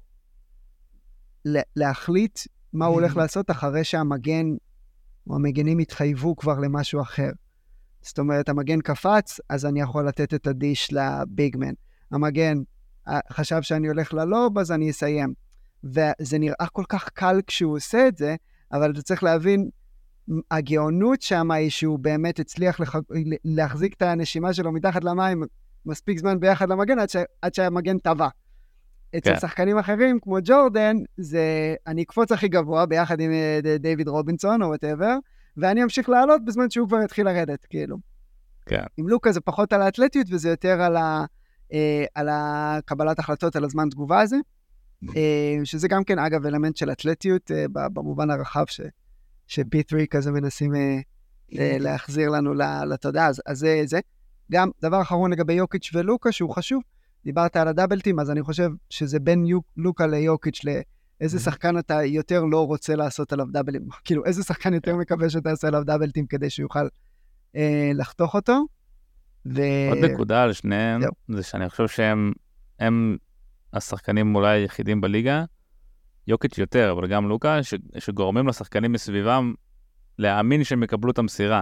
להחליט מה הוא הולך לעשות אחרי שהמגן או המגנים התחייבו כבר למשהו אחר. זאת אומרת, המגן קפץ, אז אני יכול לתת את הדיש לביגמן. המגן חשב שאני הולך ללוב, אז אני אסיים. וזה נראה כל כך קל כשהוא עושה את זה, אבל אתה צריך להבין, הגאונות שם היא שהוא באמת הצליח להחזיק את הנשימה שלו מתחת למים מספיק זמן ביחד למגן, עד שהמגן טבע. אצל שחקנים אחרים, כמו ג'ורדן, זה אני אקפוץ הכי גבוה ביחד עם דיוויד רובינסון או whatever, ואני אמשיך לעלות בזמן שהוא כבר יתחיל לרדת, כאילו. עם לוקה זה פחות על האתלטיות, וזה יותר על הקבלת החלטות, על הזמן תגובה הזה, שזה גם כן, אגב, אלמנט של אתלטיות, במובן הרחב ש-B3 כזה מנסים להחזיר לנו לתודעה, אז זה. גם דבר אחרון לגבי יוקיץ' ולוקה, שהוא חשוב, דיברת על הדאבלטים, אז אני חושב שזה בין לוקה ליוקיץ' לאיזה שחקן אתה יותר לא רוצה לעשות עליו דאבלים, כאילו איזה שחקן יותר מקווה שתעשה עליו דאבלטים כדי שיוכל לחתוך אותו. עוד נקודה על שניהם, זה שאני חושב שהם השחקנים אולי היחידים בליגה, יוקיץ' יותר, אבל גם לוקה, שגורמים לשחקנים מסביבם להאמין שהם יקבלו את המסירה,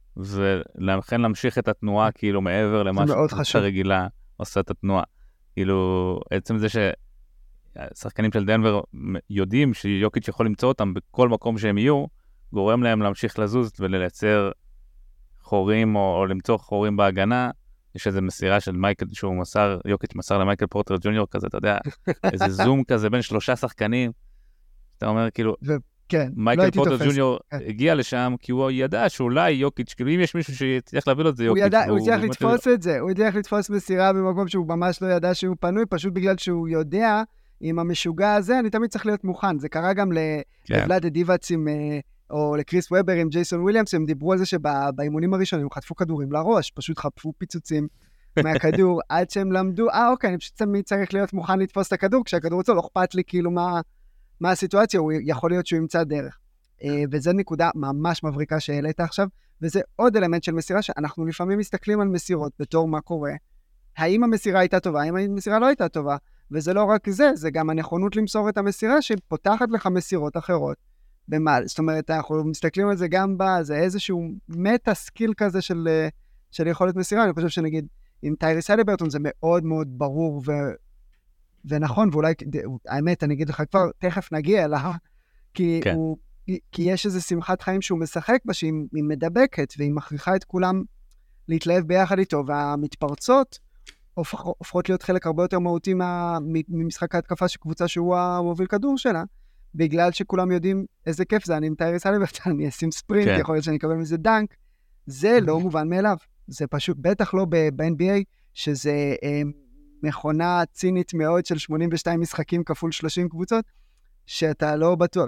ולכן להמשיך את התנועה כאילו מעבר למה שהרגילה עושה את התנועה. כאילו, עצם זה ששחקנים של דנבר יודעים שיוקיץ' יכול למצוא אותם בכל מקום שהם יהיו, גורם להם להמשיך לזוז ולייצר חורים או למצוא חורים בהגנה. יש איזו מסירה של מייקל, יוקיץ' מסר למייקל פורטר ג'וניור כזה, אתה יודע, איזה זום כזה בין 3 שחקנים, אתה אומר כאילו, מייקל פורטר ג'וניור הגיע לשם, כי הוא ידע שאולי יוקיץ', כאילו אם יש מישהו שיצליח להביא לו את זה יוקיץ', הוא הצליח לתפוס את זה, הוא הצליח לתפוס מסירה במקום שהוא ממש לא ידע שהוא פנוי, פשוט בגלל שהוא יודע, עם המשוגע הזה, אני תמיד צריך להיות מוכן. זה קרה גם לבלאד דיבאץ או לקריס וובר עם ג'ייסון וויליאמס, הם דיברו על זה שבאימונים הראשונים הם חטפו כדורים לראש, פשוט חטפו פיצוצים מהכדור, עד שהם למדו, אוקיי, אני פשוט תמיד צריך להיות מוכן לתפוס את הכדור, כשהכדור רוצה, לא אכפת לי כאילו מה הסיטואציה, הוא יכול להיות שהוא ימצא דרך. וזו נקודה ממש מבריקה שהעלית עכשיו, וזה עוד אלמנט של מסירה, שאנחנו לפעמים מסתכלים על מסירות בתור מה קורה, האם המסירה הייתה טובה, האם המסירה לא הייתה טובה, וזה לא רק זה, זה גם הנכונות למסור את המסירה, שפותחת לך מסירות אחרות. זאת אומרת, אנחנו מסתכלים על זה גם זה איזשהו מטה סקיל כזה של יכולת מסירה. אני חושב שנגיד, עם טייריס הליברטון זה מאוד מאוד ברור ונכון, ואולי, האמת, אני אגיד לך כבר, תכף נגיע אליו, כי יש איזו שמחת חיים שהוא משחק בה, שהיא מדבקת, והיא מכריחה את כולם להתלהב ביחד איתו, והמתפרצות הופכות להיות חלק הרבה יותר מהותי ממשחק ההתקפה של קבוצה שהוא המוביל כדור שלה, בגלל שכולם יודעים איזה כיף זה, אני עם טייריס הליברטון, אני אשים ספרינט, יכול להיות שאני אקבל מזה דנק, זה לא מובן מאליו, זה פשוט, בטח לא ב-NBA, שזה מכונה צינית מאוד של 82 משחקים כפול 30 קבוצות, שאתה לא בטוח,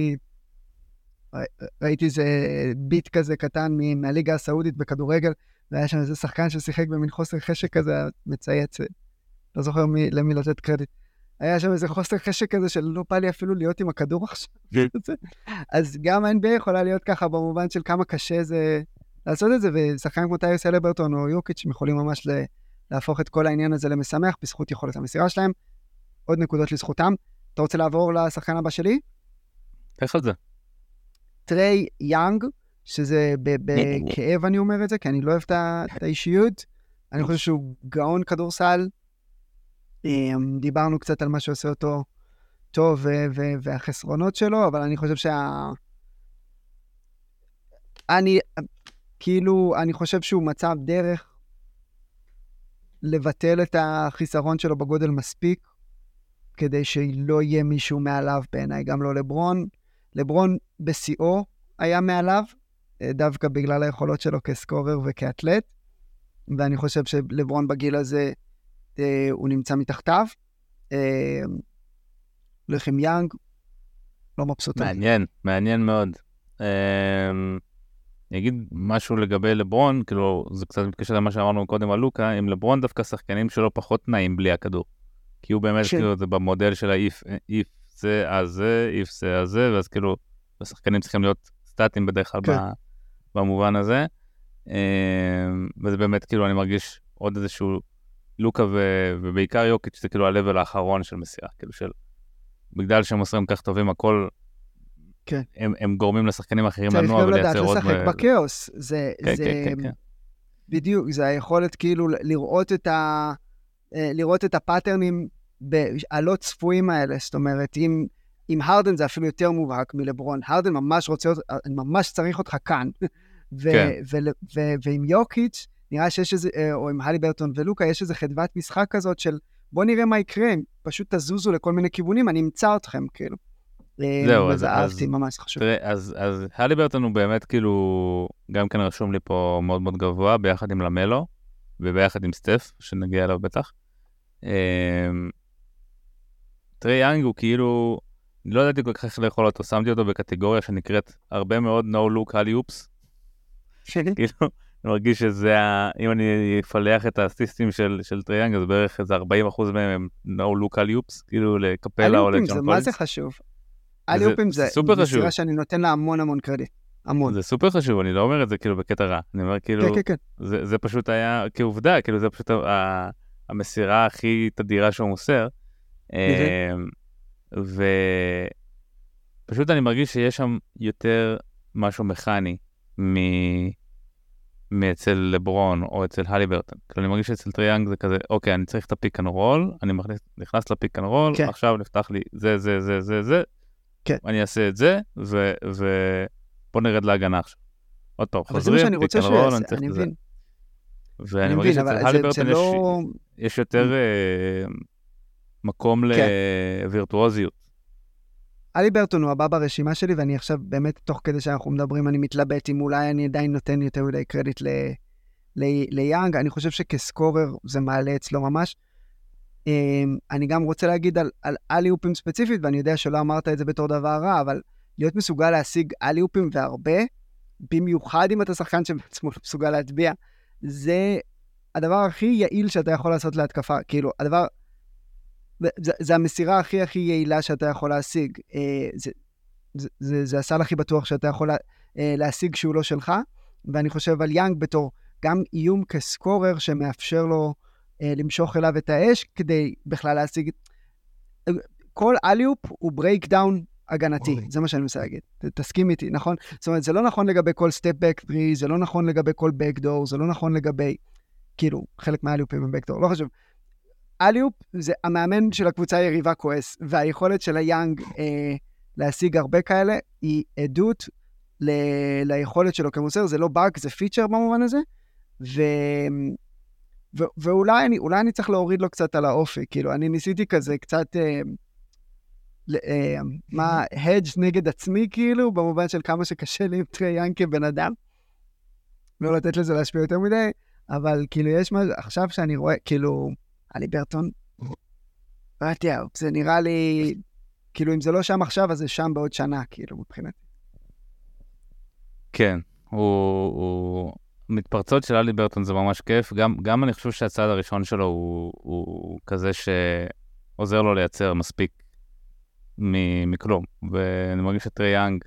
ראיתי איזה ביט כזה קטן מהליגה הסעודית בכדורגל, והיה שם איזה שחקן ששיחק במין חוסר חשק כזה, מצייץ, לא זוכר למי לתת קרדיט. היה שם איזה חוסר חשק כזה של לא בא לי אפילו להיות עם הכדור עכשיו. אז גם ה-NBA יכולה להיות ככה במובן של כמה קשה זה לעשות את זה, ושחקן כמו טייריס הליברטון או יוקיץ' יכולים ממש להפוך את כל העניין הזה למשמח, בזכות יכולת המסירה שלהם. עוד נקודות לזכותם. אתה רוצה לעבור לשחקן הבא שלי? איך על זה? טריי יאנג, שזה בכאב אני אומר את זה, כי אני לא אוהב את האישיות. אני חושב שהוא גאון כדורסל. דיברנו קצת על מה שעושה אותו טוב והחסרונות שלו, אבל אני חושב אני חושב שהוא מצא דרך לבטל את החיסרון שלו בגודל מספיק, כדי שלא יהיה מישהו מעליו בעיניי, גם לא לברון. לברון בשיאו היה מעליו, דווקא בגלל היכולות שלו כסקורר וכאתלט, ואני חושב שלברון בגיל הזה, הוא נמצא מתחתיו. לחם יאנג, לא מבסוט. מעניין מאוד. אני אגיד משהו לגבי לברון, כאילו זה קצת מתקשר למה שאמרנו קודם על לוקה, עם לברון דווקא שחקנים שלו פחות נעים בלי הכדור. כי הוא באמת כאילו זה במודל של ה-if זה אז זה, if זה אז זה, ואז כאילו השחקנים צריכים להיות סטטיים בדרך כלל במובן הזה. וזה באמת כאילו אני מרגיש עוד איזשהו לוקה ובעיקר יוקיץ' זה כאילו הלבל האחרון של מסירה, כאילו של בגלל שהם מוסרים כך טובים הכל, הם גורמים לשחקנים אחרים לנוע ולייצר עוד... צריך לדעת לשחק בקאוס, זה בדיוק, זה היכולת כאילו לראות את הפאטרנים הלא צפויים האלה, זאת אומרת, עם הרדן זה אפילו יותר מובהק מלברון, הרדן ממש צריך אותך כאן, ועם יוקיץ' נראה שיש איזה, או עם הליברטון ולוקה, יש איזה חדוות משחק כזאת של בוא נראה מה יקרה, פשוט תזוזו לכל מיני כיוונים, אני אמצא אתכם, כאילו. זהו, וזה אהבתי, ממש חשוב. תראה, אז הליברטון הוא באמת כאילו, גם כן רשום לי פה מאוד מאוד גבוה, ביחד עם למלו, וביחד עם סטף, שנגיע אליו בטח. טריי יאנג הוא כאילו, לא ידעתי כל כך איך לאכול אותו, שמתי אותו בקטגוריה שנקראת הרבה מאוד no look alley-oops. כאילו, אני מרגיש שזה, אם אני אפלח את הסיסטים של טריי יאנג, אז בערך איזה 40% מהם הם no look alley-oops, כאילו לקפלה או לג'ון קולינס. מה זה חשוב? alley-oopים זה מסירה שאני נותן לה המון קרדיט. המון. זה סופר חשוב, אני לא אומר את זה כאילו בקטע רע. אני אומר כאילו, זה פשוט היה כעובדה, כאילו זה פשוט המסירה הכי תדירה שהוא מוסר. ופשוט אני מרגיש שיש שם יותר משהו מכני מאצל לברון או אצל הליברטון. כאילו אני מרגיש שאצל טריי יאנג זה כזה, אוקיי, אני צריך את הפיק אנד רול, אני נכנס לפיק אנד רול, עכשיו נפתח לי זה, אני אעשה את זה, ובוא נרד להגנה עכשיו. עוד פעם, חוזרים, פיק אנד רול, אני צריך את זה. ואני מרגיש שאצל הליברטון יש יותר מקום לווירטואוזיות. הליברטון הוא הבא ברשימה שלי, ואני עכשיו באמת, תוך כדי שאנחנו מדברים, אני מתלבט אם אולי אני עדיין נותן יותר מדי קרדיט ליאנג. אני חושב שכסקורר זה מעלה אצלו ממש. אני גם רוצה להגיד על אלי-אופים ספציפית, ואני יודע שלא אמרת את זה בתור דבר רע, אבל להיות מסוגל להשיג אלי-אופים והרבה, במיוחד אם אתה שחקן שבעצמו לא מסוגל להטביע, זה הדבר הכי יעיל שאתה יכול לעשות להתקפה. כאילו, זה המסירה הכי יעילה שאתה יכול להשיג. זה הסל הכי בטוח שאתה יכול להשיג שהוא לא שלך, ואני חושב על יאנג בתור גם איום כסקורר שמאפשר לו למשוך אליו את האש, כדי בכלל להשיג כל אליופ הוא ברייקדאון הגנתי, זה מה שאני מנסה להגיד. תסכים איתי, נכון? זאת אומרת, זה לא נכון לגבי כל סטפ בק 3, זה לא נכון לגבי כל בקדור, זה לא נכון לגבי, כאילו, חלק מהאליופים הם בקדור, לא חשוב. אליופ זה המאמן של הקבוצה היריבה כועס, והיכולת של היאנג להשיג הרבה כאלה, היא עדות ליכולת שלו כמוסר, זה לא באג, זה פיצ'ר במובן הזה, ואולי אני צריך להוריד לו קצת על האופי, כאילו, אני ניסיתי כזה קצת, hedge נגד עצמי, כאילו, במובן של כמה שקשה לי עם טריי יאנג כבן אדם, לא לתת לזה להשפיע יותר מדי, אבל כאילו יש משהו, עכשיו שאני רואה, כאילו, הליברטון, זה נראה לי, כאילו, אם זה לא שם עכשיו, אז זה שם בעוד שנה, כאילו, מבחינת. כן, מתפרצות של אלי ברטון זה ממש כיף, גם אני חושב שהצעד הראשון שלו הוא כזה שעוזר לו לייצר מספיק מכלום, ואני מרגיש שטרי יאנג,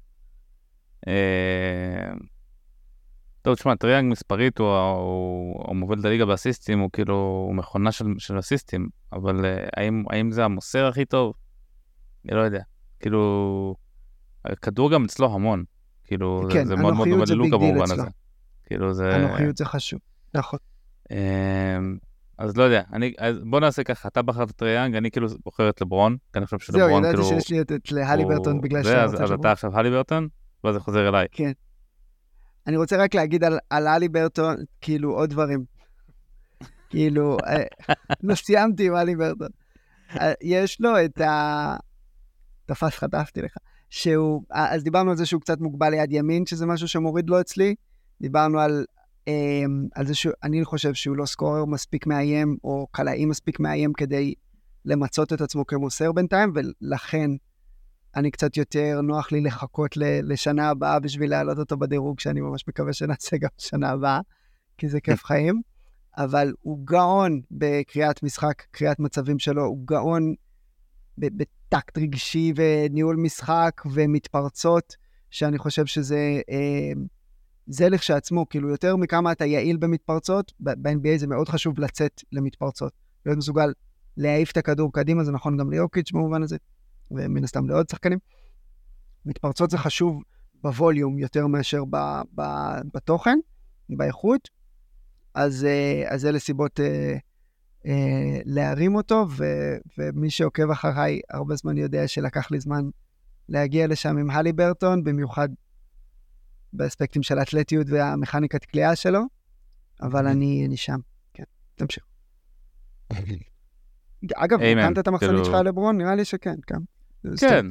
טוב, תשמע, טרי יאנג מספרית הוא מוביל את הליגה באסיסטים, הוא כאילו הוא מכונה של אסיסטים, אבל האם זה המוסר הכי טוב? אני לא יודע, כאילו, הכדור גם אצלו המון, כאילו, כן, זה מאוד מאוד דומה ללוקה במובן הזה. כאילו זה... הנוחיות זה חשוב, נכון. אז לא יודע, בוא נעשה ככה, אתה בחרת טרי יאנג, אני כאילו בוחר את לברון, כי אני חושב שלברון כאילו... זהו, ידעתי שיש לי את להלי ברטון בגלל שאתה רוצה אז אתה עכשיו הלי ברטון, ואז זה חוזר אליי. כן. אני רוצה רק להגיד על הלי ברטון, כאילו עוד דברים. כאילו, לא סיימתי עם הלי ברטון. יש לו את תפס חטפתי לך. אז דיברנו על זה שהוא קצת מוגבל ליד ימין, שזה משהו שמוריד לו אצלי. דיברנו על זה שאני חושב שהוא לא סקורר מספיק מאיים, או קלעי מספיק מאיים כדי למצות את עצמו כמוסר בינתיים, ולכן אני קצת יותר נוח לי לחכות לשנה הבאה בשביל להעלות אותו בדירוג, שאני ממש מקווה שנעשה גם שנה הבאה, כי זה כיף חיים. אבל הוא גאון בקריאת משחק, קריאת מצבים שלו, הוא גאון בטקט רגשי וניהול משחק ומתפרצות, שאני חושב שזה זה לכשעצמו, כאילו יותר מכמה אתה יעיל במתפרצות, ב-NBA זה מאוד חשוב לצאת למתפרצות, להיות מסוגל להעיף את הכדור קדימה, זה נכון גם ליוקיץ' במובן הזה, ומן הסתם לעוד שחקנים. מתפרצות זה חשוב בווליום יותר מאשר בתוכן, באיכות, אז אלה סיבות להרים אותו, ומי שעוקב אחריי הרבה זמן יודע שלקח לי זמן להגיע לשם עם הלי ברטון, במיוחד באספקטים של האתלטיות והמכניקת קליעה שלו, אבל אני שם, כן, תמשיך. אגב, קנת את המחסנית שלך לברון? נראה לי שכן, כן. כן,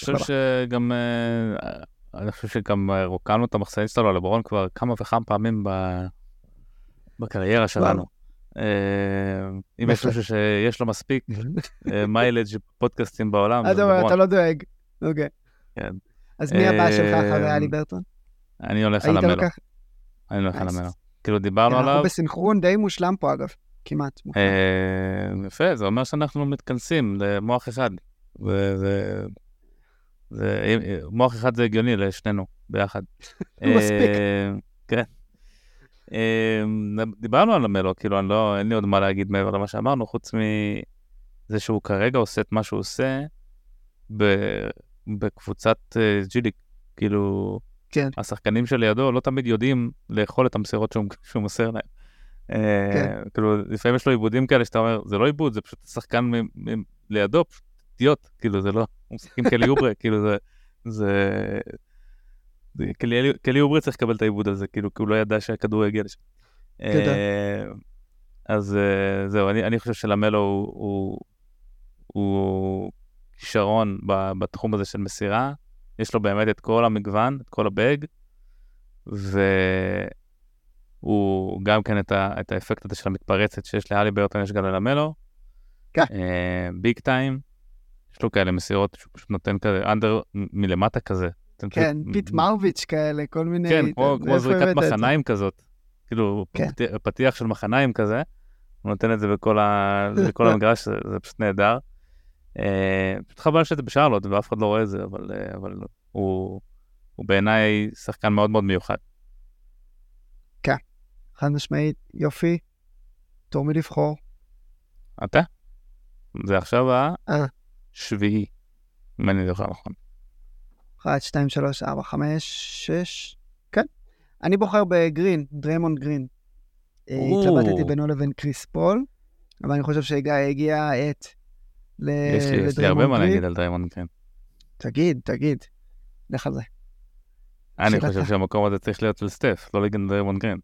אני חושב שגם רוקנו את המחסנית שלו לברון כבר כמה וכמה פעמים בקריירה שלנו. אם יש משהו שיש לו מספיק מיילג' פודקאסטים בעולם, אתה לא דואג. אוקיי. אז מי הבא שלך אחרי אלי ברטון? אני הולך על המלו. כאילו דיברנו עליו. אנחנו בסינכרון די מושלם פה אגב, כמעט. יפה, זה אומר שאנחנו מתכנסים למוח אחד. מוח אחד זה הגיוני לשנינו ביחד. מספיק. כן. דיברנו על המלו, כאילו אין לי עוד מה להגיד מעבר למה שאמרנו, חוץ מזה שהוא כרגע עושה את מה שהוא עושה בקבוצת ג'יליק, כאילו השחקנים שלידו לא תמיד יודעים לאכול את המסירות שהוא מוסר להם. כאילו לפעמים יש לו עיבודים כאלה שאתה אומר, זה לא עיבוד, זה פשוט שחקן לידו, פשוט אידיוט, כאילו זה לא, הוא משחקים כלי אוברה, כאילו זה כלי אוברי צריך לקבל את העיבוד הזה, כאילו, כי הוא לא ידע שהכדור יגיע לשם. אז זהו, אני חושב שלמלו הוא כישרון בתחום הזה של מסירה, יש לו באמת את כל המגוון, את כל הבאג, והוא גם כן את האפקט הזה של המתפרצת שיש להלי ברטון, יש גם למלו. ביג טיים, יש לו כאלה מסירות שהוא פשוט נותן כזה, אנדר מלמטה כזה, כן, פיט מרוויץ' כאלה, כל מיני... כן, כמו זריקת מחניים כזאת, כאילו, פתיח של מחניים כזה, הוא נותן את זה בכל המגרש, זה פשוט נהדר. פשוט חבל שזה בשרלוט, ואף אחד לא רואה את זה, אבל הוא בעיניי שחקן מאוד מאוד מיוחד. כן, חד משמעית, יופי, תור מי לבחור. אתה? זה עכשיו השביעי, אם אני זוכר נכון. 1, 2, 3, 4, 5, 6, כן. אני בוחר בגרין, דריימונד גרין. התלבטתי בינו לבין קריס פול, אבל אני חושב שהגיע העת לדריימונד גרין. יש לי הרבה מה להגיד על דריימונד גרין. תגיד. לך על זה. אני חושב שהמקום הזה צריך להיות של סטף, לא לגן דריימונד גרין.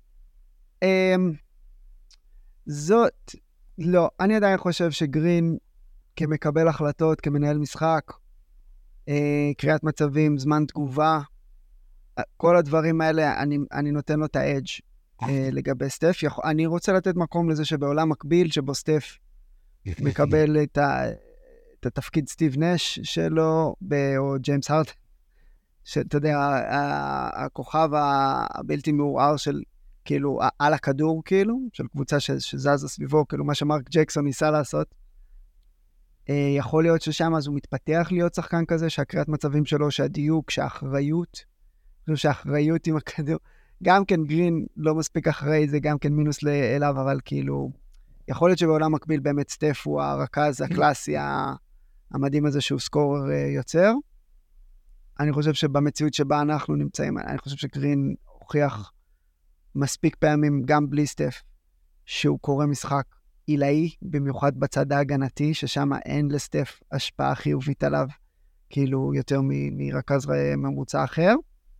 לא, אני עדיין חושב שגרין כמקבל החלטות, כמנהל משחק, קריאת מצבים, זמן תגובה, כל הדברים האלה, אני נותן לו את האדג' לגבי סטף. אני רוצה לתת מקום לזה שבעולם מקביל, שבו סטף מקבל את את התפקיד סטיב נש שלו, או ג'יימס הרדן, שאתה יודע, הכוכב הבלתי מעורער של, כאילו, על הכדור, כאילו, של קבוצה שזזה סביבו, כאילו, מה שמרק ג'קסון ניסה לעשות. יכול להיות ששם אז הוא מתפתח להיות שחקן כזה, שהקריאת מצבים שלו, שהדיוק, שהאחריות עם הכדור, גם כן גרין לא מספיק אחראי, זה גם כן מינוס אליו, אבל כאילו, יכול להיות שבעולם מקביל באמת סטף הוא הרכז הקלאסי המדהים הזה שהוא סקורר יוצר. אני חושב שבמציאות שבה אנחנו נמצאים, אני חושב שגרין הוכיח מספיק פעמים, גם בלי סטף, שהוא קורא משחק עילאי, במיוחד בצד ההגנתי, ששם אין לסטף השפעה חיובית עליו, כאילו יותר מרכז ממוצע אחר.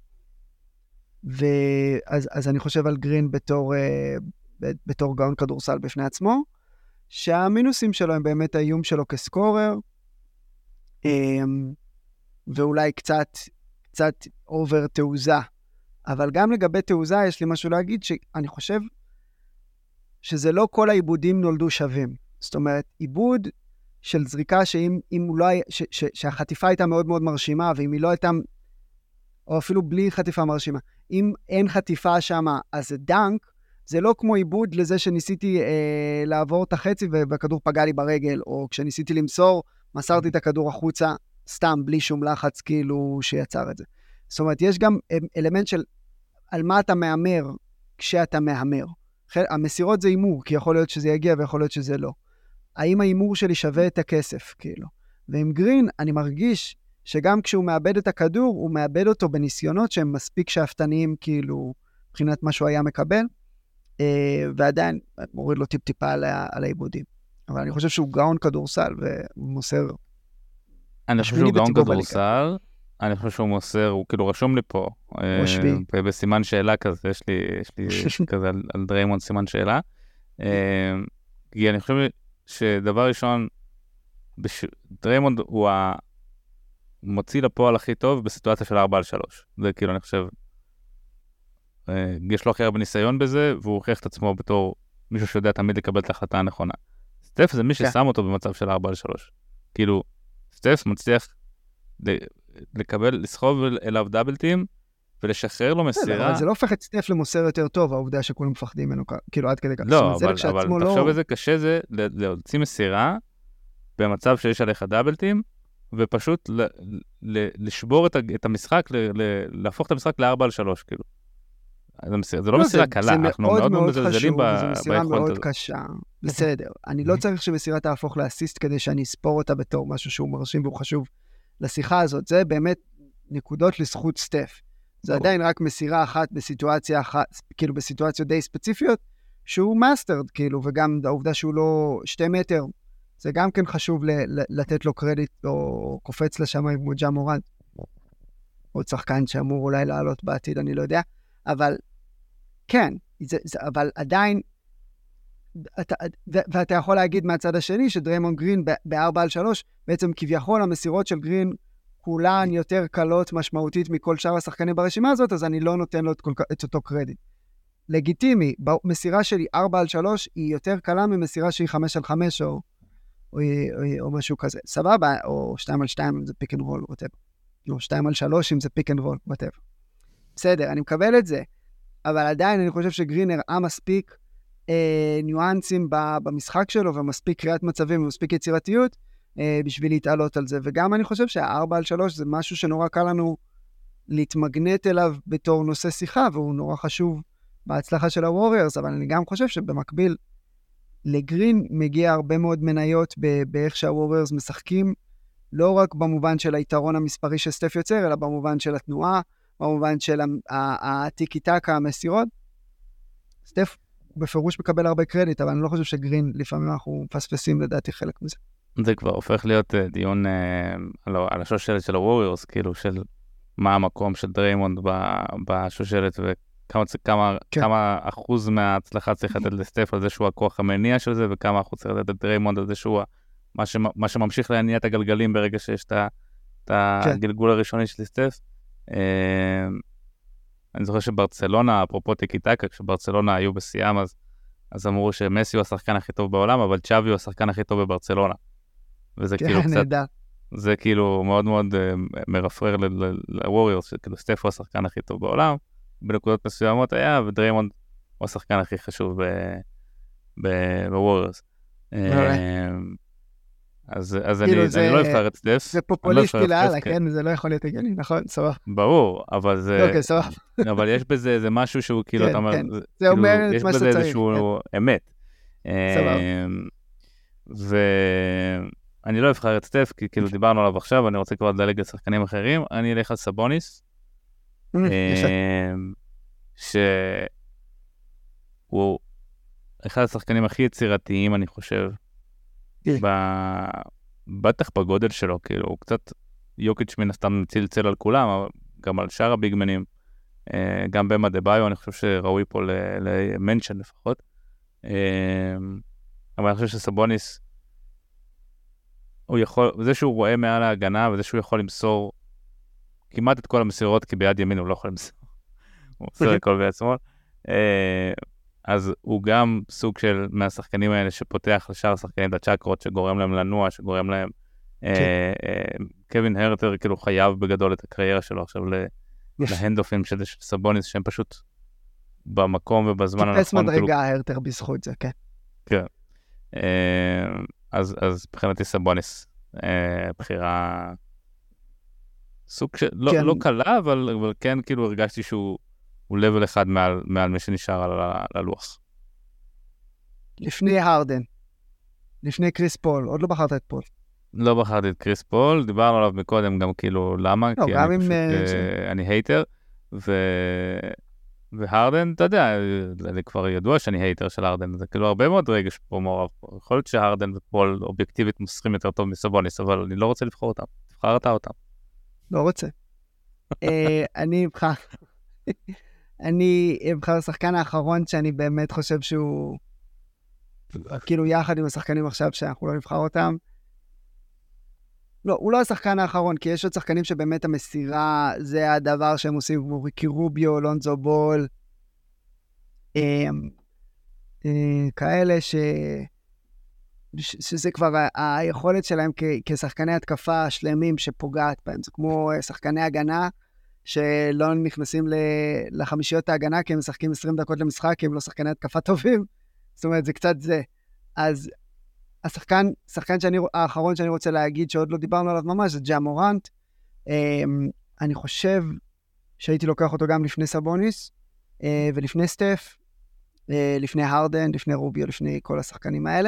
אז אני חושב על גרין בתור גאון כדורסל בפני עצמו, שהמינוסים שלו הם באמת האיום שלו כסקורר, ואולי קצת אובר תעוזה. אבל גם לגבי תעוזה יש לי משהו להגיד, שאני חושב שזה לא כל העיבודים נולדו שווים. זאת אומרת, עיבוד של זריקה שהחטיפה הייתה מאוד מאוד מרשימה, ואם היא לא הייתה, או אפילו בלי חטיפה מרשימה, אם אין חטיפה שם, אז זה דנק, זה לא כמו עיבוד לזה שניסיתי לעבור את החצי והכדור פגע לי ברגל, או כשניסיתי למסור, מסרתי את הכדור החוצה, סתם, בלי שום לחץ כאילו שיצר את זה. זאת אומרת, יש גם אלמנט של על מה אתה מאמר כשאתה מאמר. המסירות זה אימור, כי יכול להיות שזה יגיע ויכול להיות שזה לא. האם האימור שלי שווה את הכסף, כאילו? ועם גרין, אני מרגיש שגם כשהוא מאבד את הכדור, הוא מאבד אותו בניסיונות שהם מספיק שאפתניים, כאילו, מבחינת מה שהוא היה מקבל, ועדיין מוריד לו טיפ-טיפה על העיבודים. אבל אני חושב שהוא גאון כדורסל, ומוסר... אני חושב שהוא גאון כדורסל, אני חושב שהוא מוסר, הוא כאילו רשום לי פה, בסימן שאלה כזה, יש לי כזה על דריימונד סימן שאלה, כי אני חושב שדבר ראשון, דריימונד הוא מוציא לפועל הכי טוב בסיטואציה של 4-3, זה כאילו אני חושב, יש לו הכי הרבה ניסיון בזה, והוא הוכיח את עצמו בתור מישהו שיודע תמיד לקבל את ההחלטה הנכונה. סטף זה מי ששם אותו במצב של 4-3, כאילו, סטף מצליח לסחוב אליו דאבלטים, ולשחרר לו מסירה. אבל זה לא הופך את סטף למוסר יותר טוב, העובדה שכולם מפחדים ממנו, כאילו עד כדי כך. לא, אבל תחשוב איזה קשה זה, להוציא מסירה, במצב שיש עליך דאבלטים, ופשוט לשבור את המשחק, להפוך את המשחק ל-4-3, כאילו. זה לא מסירה קלה, אנחנו מאוד מאוד מזלזלים ביכולת הזאת. זו מסירה מאוד קשה, בסדר. אני לא צריך שמסירה תהפוך לאסיסט, כדי שאני אספור אותה בתור משהו שהוא מרשים והוא חשוב לשיחה הזאת. זה באמת נקודות לזכות סטף. זה עדיין רק מסירה אחת בסיטואציה אחת, כאילו בסיטואציות די ספציפיות, שהוא מאסטרד, כאילו, וגם העובדה שהוא לא 2 מטר, זה גם כן חשוב לתת לו קרדיט, או קופץ לשם עם ג'ה מורנט, עוד שחקן שאמור אולי לעלות בעתיד, אני לא יודע, אבל כן, אבל עדיין, ואתה יכול להגיד מהצד השני, שדריימונד גרין ב-4-3, בעצם כביכול המסירות של גרין, כולן יותר קלות משמעותית מכל שאר השחקנים ברשימה הזאת, אז אני לא נותן לו את אותו קרדיט. לגיטימי, במסירה שלי 4-3 היא יותר קלה ממסירה שהיא 5-5 או משהו כזה. סבבה, או 2-2 אם זה פיק אנד רול, או 2-3 אם זה פיק אנד רול, whatever. בסדר, אני מקבל את זה, אבל עדיין אני חושב שגרין הראה מספיק ניואנסים במשחק שלו, ומספיק קריאת מצבים ומספיק יצירתיות, בשביל להתעלות על זה. וגם אני חושב שה4-3 זה משהו שנורא קל לנו להתמגנט אליו בתור נושא שיחה, והוא נורא חשוב בהצלחה של הווריירס, אבל אני גם חושב שבמקביל לגרין מגיע הרבה מאוד מניות באיך שהווריירס משחקים, לא רק במובן של היתרון המספרי שסטף יוצר, אלא במובן של התנועה, במובן של הטיקי-טקה, המסירות. סטף בפירוש מקבל הרבה קרדיט, אבל אני לא חושב שגרין, לפעמים אנחנו מפספסים לדעתי חלק מזה. זה כבר הופך להיות דיון על השושלת של הווריורס, כאילו של מה המקום של דריימונד בשושלת, וכמה אחוז מההצלחה צריך לתת לסטף על זה שהוא הכוח המניע של זה, וכמה אחוז צריך לתת לדריימונד על זה שהוא מה שממשיך להניע את הגלגלים ברגע שיש את הגלגול הראשוני של סטף. אני זוכר שברצלונה, אפרופו טיקי-טקה, כשברצלונה היו בשיאם, אז אמרו שמסי הוא השחקן הכי טוב בעולם, אבל צ'אבי הוא השחקן הכי טוב בברצלונה. וזה כן, כאילו קצת, נהדר. זה כאילו מאוד מאוד מרפרר לווריורס, שכאילו סטף הוא השחקן הכי טוב בעולם, בנקודות מסוימות היה, ודריימונד הוא השחקן הכי חשוב בווריורס. אז אני לא אבחר את סטף. זה פופוליסטי לאללה, כן? זה לא יכול להיות הגיוני, נכון? סבבה. ברור, אבל זה... אוקיי, סבבה. אבל יש בזה איזה משהו שהוא כאילו, אתה אומר... זה אומר את מה שצריך. יש בזה איזשהו אמת. סבבה. ואני לא אבחר את סטף, כי כאילו דיברנו עליו עכשיו, אני רוצה כבר לדלג על שחקנים אחרים, אני אלך על סבוניס, שהוא אחד השחקנים הכי יצירתיים, אני חושב, בטח בגודל שלו, כאילו, הוא קצת יוקיץ' מן הסתם צלצל על כולם, אבל גם על שאר הביגמנים, גם במה דבאיו, אני חושב שראוי פה למנשן לפחות. אבל אני חושב שסבוניס, הוא יכול, זה שהוא רואה מעל ההגנה, וזה שהוא יכול למסור כמעט את כל המסירות, כי ביד ימין הוא לא יכול למסור. הוא מוסר הכל ביד שמאל. אז הוא גם סוג של מהשחקנים האלה שפותח לשאר השחקנים את הצ'קרות, שגורם להם לנוע, שגורם להם... קווין הרטר כאילו חייב בגדול את הקריירה שלו עכשיו להנדופים של סבוניס, שהם פשוט במקום ובזמן הנכון. טיפס מדרגה הרטר בזכות זה, כן. כן. אז מבחינתי סבוניס בחירה סוג של, לא קלה, אבל כן כאילו הרגשתי שהוא לבל אחד מעל מי שנשאר על הלוח. לפני הרדן, לפני קריס פול, עוד לא בחרת את פול. לא בחרתי את קריס פול, דיברנו עליו מקודם גם כאילו למה, כי אני פשוט, אני הייטר, והרדן, אתה יודע, זה כבר ידוע שאני הייטר של הרדן, זה כאילו הרבה מאוד רגש פה מעורב פה, יכול להיות שהרדן ופול אובייקטיבית מוסרים יותר טוב מסבוניס, אבל אני לא רוצה לבחור אותם, תבחר אתה אותם. לא רוצה. אני אבחר השחקן האחרון שאני באמת חושב שהוא, כאילו יחד עם השחקנים עכשיו שאנחנו לא נבחר אותם, לא, הוא לא השחקן האחרון, כי יש עוד שחקנים שבאמת המסירה, זה הדבר שהם עושים, כמו ריקי רוביו, לונזו בול, כאלה שזה כבר היכולת שלהם כשחקני התקפה שלמים שפוגעת בהם. זה כמו שחקני הגנה, שלא נכנסים לחמישיות ההגנה, כי הם משחקים 20 דקות למשחק, כי הם לא שחקני התקפה טובים. זאת אומרת, זה קצת זה. אז השחקן האחרון שאני רוצה להגיד, שעוד לא דיברנו עליו ממש, זה ג'ה מורנט. אני חושב שהייתי לוקח אותו גם לפני סבוניס, ולפני סטף, לפני הרדן, לפני רוביו, לפני כל השחקנים האלה.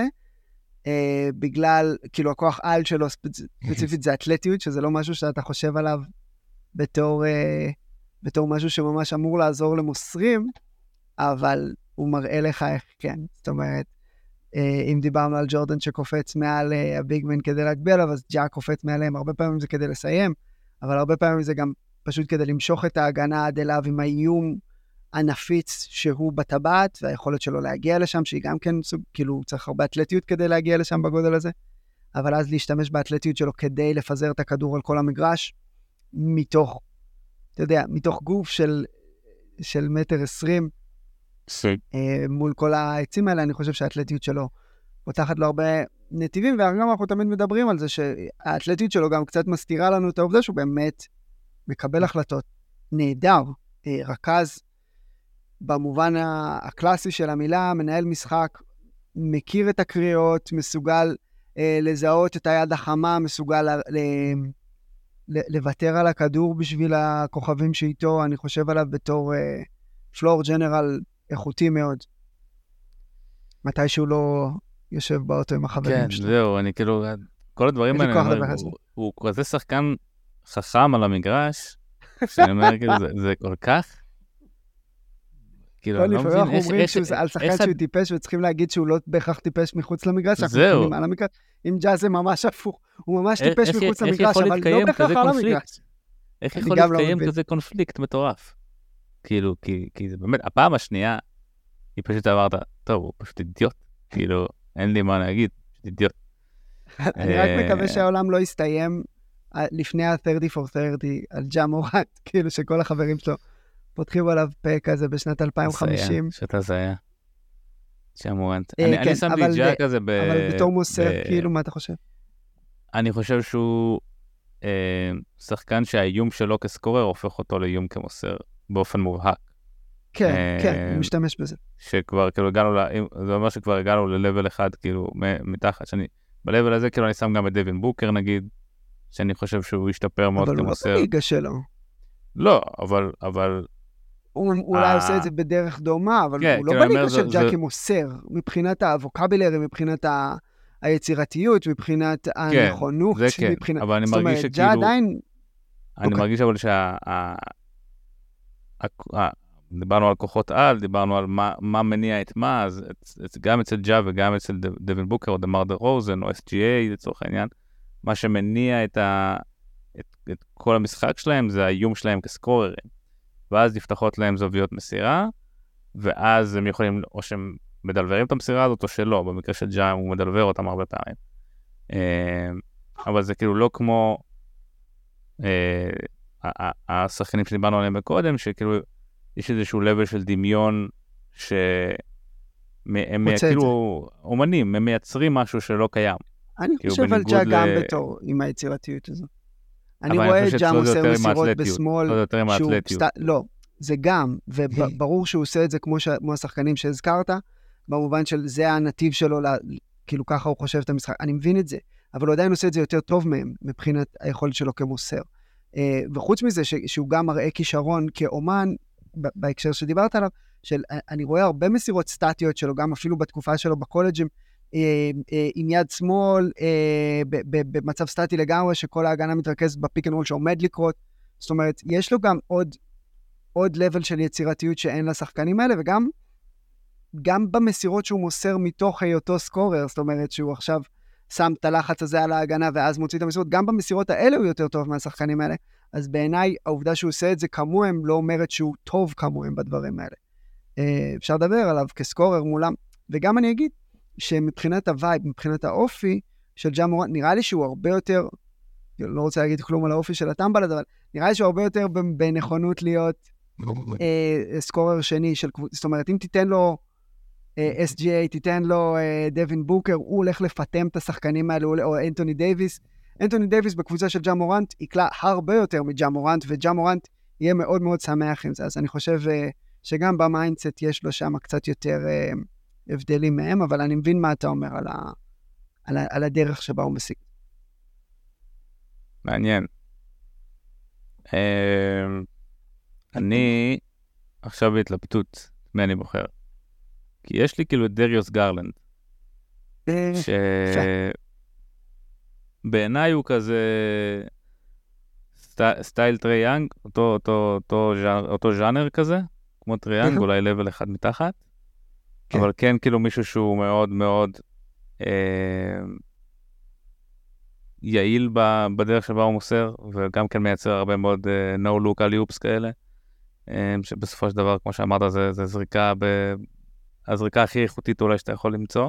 בגלל, כאילו, הכוח על שלו ספציפית זה אתלטיות, שזה לא משהו שאתה חושב עליו בתור משהו שממש אמור לעזור למוסרים, אבל הוא מראה לך איך כן. זאת אומרת, אם דיברנו על ג'ורדן שקופץ מעל הביגמן כדי להגביע עליו, אז ג'ה קופץ מעליהם, הרבה פעמים זה כדי לסיים, אבל הרבה פעמים זה גם פשוט כדי למשוך את ההגנה עד אליו עם האיום הנפיץ שהוא בטבעת, והיכולת שלו להגיע לשם, שהיא גם כן סוג, כאילו צריך הרבה אתלטיות כדי להגיע לשם בגודל הזה, אבל אז להשתמש באתלטיות שלו כדי לפזר את הכדור על כל המגרש, מתוך, אתה יודע, מתוך גוף של 1.20 מול כל העצים האלה, אני חושב שהאתלטיות שלו פותחת לו הרבה נתיבים, וגם אנחנו תמיד מדברים על זה, שהאתלטיות שלו גם קצת מסתירה לנו את העובדה, שהוא באמת מקבל החלטות נהדר, רכז, במובן הקלאסי של המילה, מנהל משחק, מכיר את הקריאות, מסוגל לזהות את היד החמה, מסוגל לוותר על הכדור בשביל הכוכבים שאיתו, אני חושב עליו בתור פלור ג'נרל איכותי מאוד. מתי שהוא לא יושב באוטו עם החברים שלו. כן, זהו, אני כאילו, כל הדברים האלה, הוא כזה שחקן חכם על המגרש, שאני אומר, זה כל כך, כאילו, אני לא מבין, אנחנו אומרים על שחקן שהוא טיפש, וצריכים להגיד שהוא לא בהכרח טיפש מחוץ למגרש, אנחנו מתחילים על המגרש. אם ג'אז זה ממש הפוך, הוא ממש טיפש מחוץ למגרש, אבל לא בהכרח על המגרש. איך יכול להתקיים כזה קונפליקט מטורף? כאילו, כי זה באמת, הפעם השנייה, היא פשוט אמרת, טוב, הוא פשוט אידיוט, כאילו, אין לי מה להגיד, פשוט אידיוט. אני רק מקווה שהעולם לא יסתיים לפני ה-30 for 30 על ג'ה מורנט, כאילו שכל החברים שלו פותחים עליו פה כזה בשנת 2050. שאתה זה היה. ג'ה מורנט. אני שמתי ג'ה כזה אבל בתור מוסר, כאילו, מה אתה חושב? אני חושב שהוא שחקן שהאיום שלו כסקורר הופך אותו לאיום כמוסר באופן מובהק. כן, כן, הוא משתמש בזה. שכבר כאילו הגענו, זה אומר שכבר הגענו ללבל אחד כאילו מתחת, שאני בלבל הזה כאילו אני שם גם את דווין בוקר נגיד, שאני חושב שהוא ישתפר מאוד כמוסר. אבל הוא לא בליגה שלו. לא, אבל... הוא אולי עושה את זה בדרך דומה, אבל הוא לא בליגה של ג'ה כמוסר, מבחינת הווקבילרי, מבחינת היצירתיות, מבחינת הנכונות, זה כן, אבל אני מרגיש שכאילו... עדיין... אני מרגיש אבל דיברנו על כוחות על, דיברנו על מה מניע את מה, אז גם אצל ג'ה וגם אצל דווין בוקר או דמר דה רוזן או SGA לצורך העניין, מה שמניע את כל המשחק שלהם זה האיום שלהם כסקוררים. ואז נפתחות להם זוויות מסירה, ואז הם יכולים, או שהם מדלברים את המסירה הזאת או שלא, במקרה של ג'ה הוא מדלבר אותם הרבה פעמים. אבל זה כאילו לא כמו השחקנים שדיברנו עליהם בקודם, שכאילו יש איזשהו לבל של דמיון שהם כאילו אומנים, הם מייצרים משהו שלא קיים. אני חושב על ג'ה גם בתור עם היצירתיות הזו. אני רואה את ג'ה מוסר מסירות בשמאל. לא יותר עם האתלטיות. לא, זה גם, וברור שהוא עושה את זה כמו השחקנים שהזכרת, במובן של זה הנתיב שלו, כאילו ככה הוא חושב את המשחק. אני מבין את זה, אבל הוא עדיין עושה את זה יותר טוב מהם, מבחינת היכולת שלו כמוסר. וחוץ מזה שהוא גם מראה כישרון כאומן, בהקשר שדיברת עליו, אני רואה הרבה מסירות סטטיות שלו, גם אפילו בתקופה שלו בקולג'ים, עם יד שמאל, במצב סטטי לגמרי, שכל ההגנה מתרכזת בפיק אנד רול שעומד לקרות. זאת אומרת, יש לו גם עוד לבל של יצירתיות שאין לשחקנים האלה, וגם במסירות שהוא מוסר מתוך היותו סקורר, זאת אומרת שהוא עכשיו שם את הלחץ הזה על ההגנה ואז מוציא את המסירות, גם במסירות האלה הוא יותר טוב מהשחקנים האלה. אז בעיניי העובדה שהוא עושה את זה כמוהם לא אומרת שהוא טוב כמוהם בדברים האלה. אפשר לדבר עליו כסקורר מולם, וגם אני אגיד שמבחינת הווייב, מבחינת האופי של ג'ה מורנט, נראה לי שהוא הרבה יותר, לא רוצה להגיד כלום על האופי של הטמבלד, אבל נראה לי שהוא הרבה יותר בנכונות להיות סקורר שני של קבוצה. זאת אומרת, אם תיתן לו SGA, תיתן לו דווין בוקר, הוא הולך לפטם את השחקנים האלה, או אנטוני דייביס. אנטוני דייביס בקבוצה של ג'ה מורנט יקלה הרבה יותר מג'ה מורנט, וג'ה מורנט יהיה מאוד מאוד שמח עם זה. אז אני חושב שגם במיינדסט יש לו שם קצת יותר הבדלים מהם, אבל אני מבין מה אתה אומר על הדרך שבה הוא משיג. מעניין. אני עכשיו בהתלבטות, מי אני בוחר? כי יש לי כאילו את דריוס גרלנד, שבעיניי הוא כזה סטייל טרי יאנג, אותו ז'אנר כזה, כמו טרי יאנג, אולי לבל אחד מתחת, אבל כן כאילו מישהו שהוא מאוד מאוד יעיל בדרך שבה הוא מוסר, וגם כן מייצר הרבה מאוד no-look alley-oops כאלה, שבסופו של דבר, כמו שאמרת, זה זריקה, הזריקה הכי איכותית אולי שאתה יכול למצוא.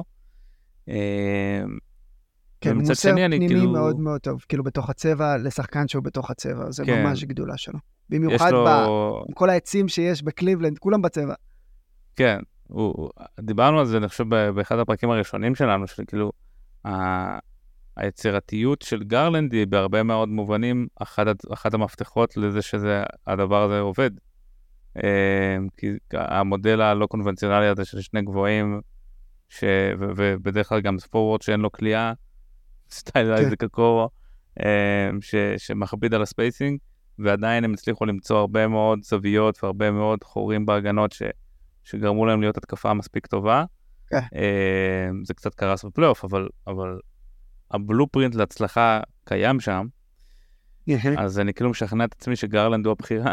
כן, הוא מוסר פנימי מאוד מאוד טוב, כאילו בתוך הצבע, לשחקן שהוא בתוך הצבע, זה ממש גדולה שלו. במיוחד בכל העצים שיש בקליבלנד, כולם בצבע. כן, דיברנו על זה, אני חושב, באחד הפרקים הראשונים שלנו, שכאילו, היצירתיות של גרלנד היא בהרבה מאוד מובנים אחת המפתחות לזה שהדבר הזה עובד. כי המודל הלא קונבנציונלי הזה של שני גבוהים, ובדרך כלל גם פורוורד שאין לו קליעה, סטייל איזק הקורו, שמכביד על הספייסינג, ועדיין הם הצליחו למצוא הרבה מאוד זוויות והרבה מאוד חורים בהגנות שגרמו להם להיות התקפה מספיק טובה. זה קצת קרס בפלייאוף, אבל הבלופרינט להצלחה קיים שם, אז אני כאילו משכנע את עצמי שגרלנד הוא הבחירה.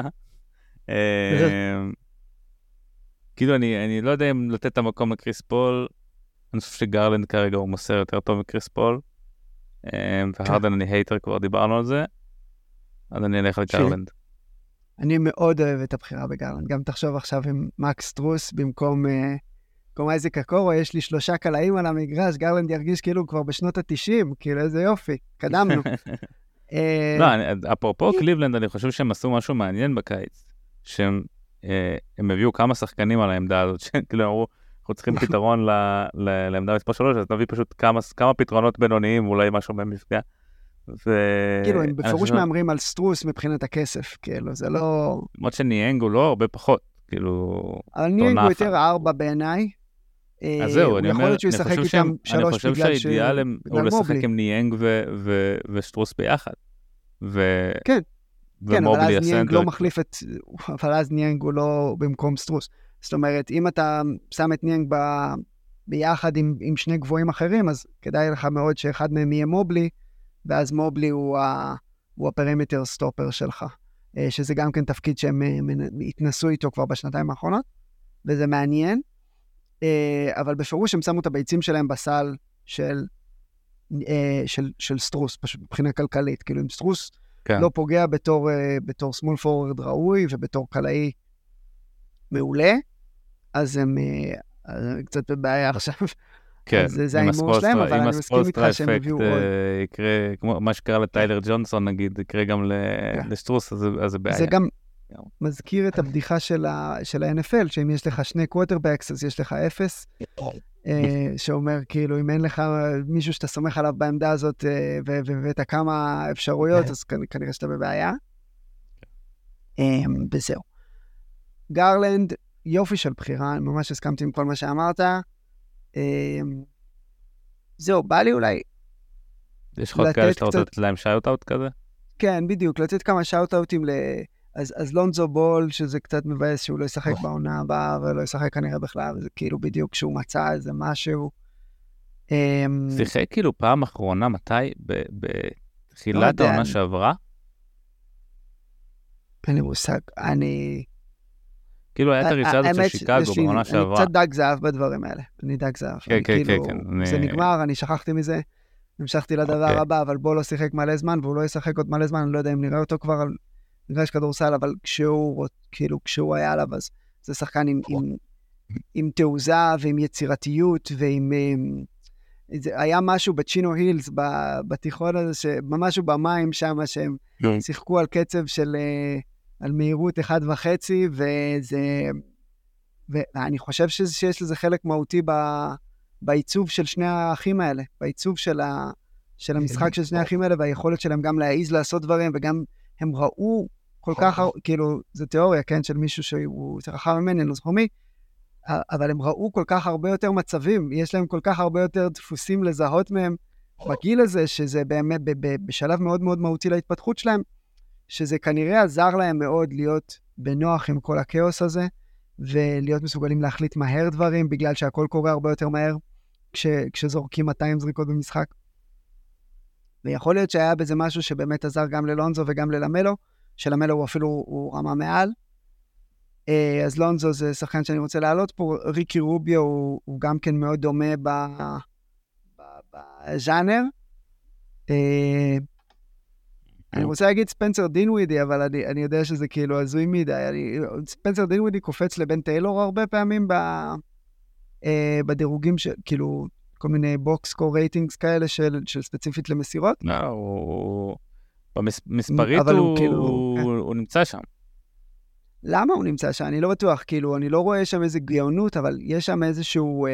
כאילו אני לא יודע אם לתת את המקום לקריס פול, אני חושב שגרלנד כרגע הוא מוסר יותר טוב מקריס פול, והרדן אני הייטר, כבר דיברנו על זה, אז אני אלך לגרלנד. אני מאוד אוהב את הבחירה בגרלנד, גם תחשוב עכשיו עם מקס טרוס במקום אייזק הקורו, יש לי 3 קלעים על המגרש, גרלנד ירגיש כאילו כבר בשנות ה-90, כאילו איזה יופי, קדמנו. לא, אפרופו קליבלנד, אני חושב שהם עשו משהו מעניין בקיץ, שהם הביאו כמה שחקנים על העמדה הזאת, שכאילו אמרו, אנחנו צריכים פתרון לעמדה מספר 3, אז נביא פשוט כמה פתרונות בינוניים, אולי משהו במפגע. כאילו, הם בפירוש מאמרים על סטרוס מבחינת הכסף, כאילו, זה לא... למרות שניאנג הוא לא הרבה פחות, כאילו... אבל ניאנג הוא יותר 4 בעיניי. אז זהו, אני יכול להיות שהוא ישחק איתם 3 אני חושב שהאידיאל הוא לשחק עם ניאנג וסטרוס ביחד. כן, אבל אז ניאנג לא מחליף את... אבל אז ניאנג הוא לא במקום סטרוס. זאת אומרת, אם אתה שם את ניאנג ביחד עם שני גבוהים אחרים, אז כדאי לך מאוד שאחד מהם יהיה מובלי, ואז מובלי הוא הפרימטר סטופר שלך, שזה גם כן תפקיד שהם התנסו איתו כבר בשנתיים האחרונות, וזה מעניין, אבל בפירוש הם שמו את הביצים שלהם בסל של סטרוס, פשוט מבחינה כלכלית, כאילו אם סטרוס לא פוגע בתור סמול פורוורד ראוי, ובתור קלעי מעולה, אז הם קצת בבעיה עכשיו. כן, זה האימור שלהם, אבל אני מסכים איתך שהם הביאו עוד. יקרה, כמו מה שקרה לטיילר ג'ונסון, נגיד, יקרה גם לסטרוס, אז זה בעיה. זה גם מזכיר את הבדיחה של ה-NFL, שאם יש לך 2 קווטרבקס, אז יש לך 0, שאומר, כאילו, אם אין לך מישהו שאתה סומך עליו בעמדה הזאת, ואת כמה אפשרויות, אז כנראה שאתה בבעיה. וזהו. גרלנד, יופי של בחירה, ממש הסכמתי עם כל מה שאמרת. זהו, בא לי אולי... יש לך עוד כאלה שאתה רוצה לתת להם שאוט-אוט כזה? כן, בדיוק, לתת כמה שאוט-אוטים אז לונזו בול, שזה קצת מבאס שהוא לא ישחק בעונה הבאה, ולא ישחק כנראה בכלל, וזה כאילו בדיוק כשהוא מצא איזה משהו. שיחק כאילו פעם אחרונה, מתי? בתחילת העונה שעברה? אין לי מושג, כאילו היה את הריצה הזאת של שיקגו בעונה שעברה. אני קצת דג זהב בדברים האלה, אני דג זהב. כן. זה נגמר, אני שכחתי מזה, המשכתי לדבר הבא, אבל בוא לא שיחק מלא זמן, והוא לא ישחק עוד מלא זמן, אני לא יודע אם נראה אותו כבר על מגרש כדורסל, אבל כשהוא היה עליו, אז זה שחקן עם תעוזה ועם יצירתיות, היה משהו בצ'ינו הילס, בתיכון הזה, משהו במים שם, שהם שיחקו על קצב על מהירות 1.5, ואני חושב שיש לזה חלק מהותי בעיצוב של שני האחים האלה, בעיצוב של המשחק של שני האחים האלה, והיכולת שלהם גם להעיז לעשות דברים, וגם הם ראו כל כך, כאילו, זו תיאוריה, כן, של מישהו שהוא חכם ממני, אני לא זוכר מי, אבל הם ראו כל כך הרבה יותר מצבים, יש להם כל כך הרבה יותר דפוסים לזהות מהם בגיל הזה, שזה באמת בשלב מאוד מאוד מהותי להתפתחות שלהם, שזה כנראה עזר להם מאוד להיות בנוח עם כל הכאוס הזה, ולהיות מסוגלים להחליט מהר דברים, בגלל שהכל קורה הרבה יותר מהר, כשזורקים 200 זריקות במשחק. ויכול להיות שהיה בזה משהו שבאמת עזר גם ללונזו וגם ללמלו, שלמלו הוא אפילו רמה מעל. אז לונזו זה שחקן שאני רוצה להעלות פה, ריקי רוביו הוא גם כן מאוד דומה בז'אנר. אני רוצה להגיד ספנסר דינווידי, אבל אני יודע שזה כאילו הזוי מדי. ספנסר דינווידי קופץ לבן טיילור הרבה פעמים בדירוגים, כאילו כל מיני בוקס-קור רייטינגס כאלה של ספציפית למסירות. במספרית הוא נמצא שם. למה הוא נמצא שם? אני לא בטוח, כאילו, אני לא רואה שם איזה גאונות, אבל יש שם איזשהו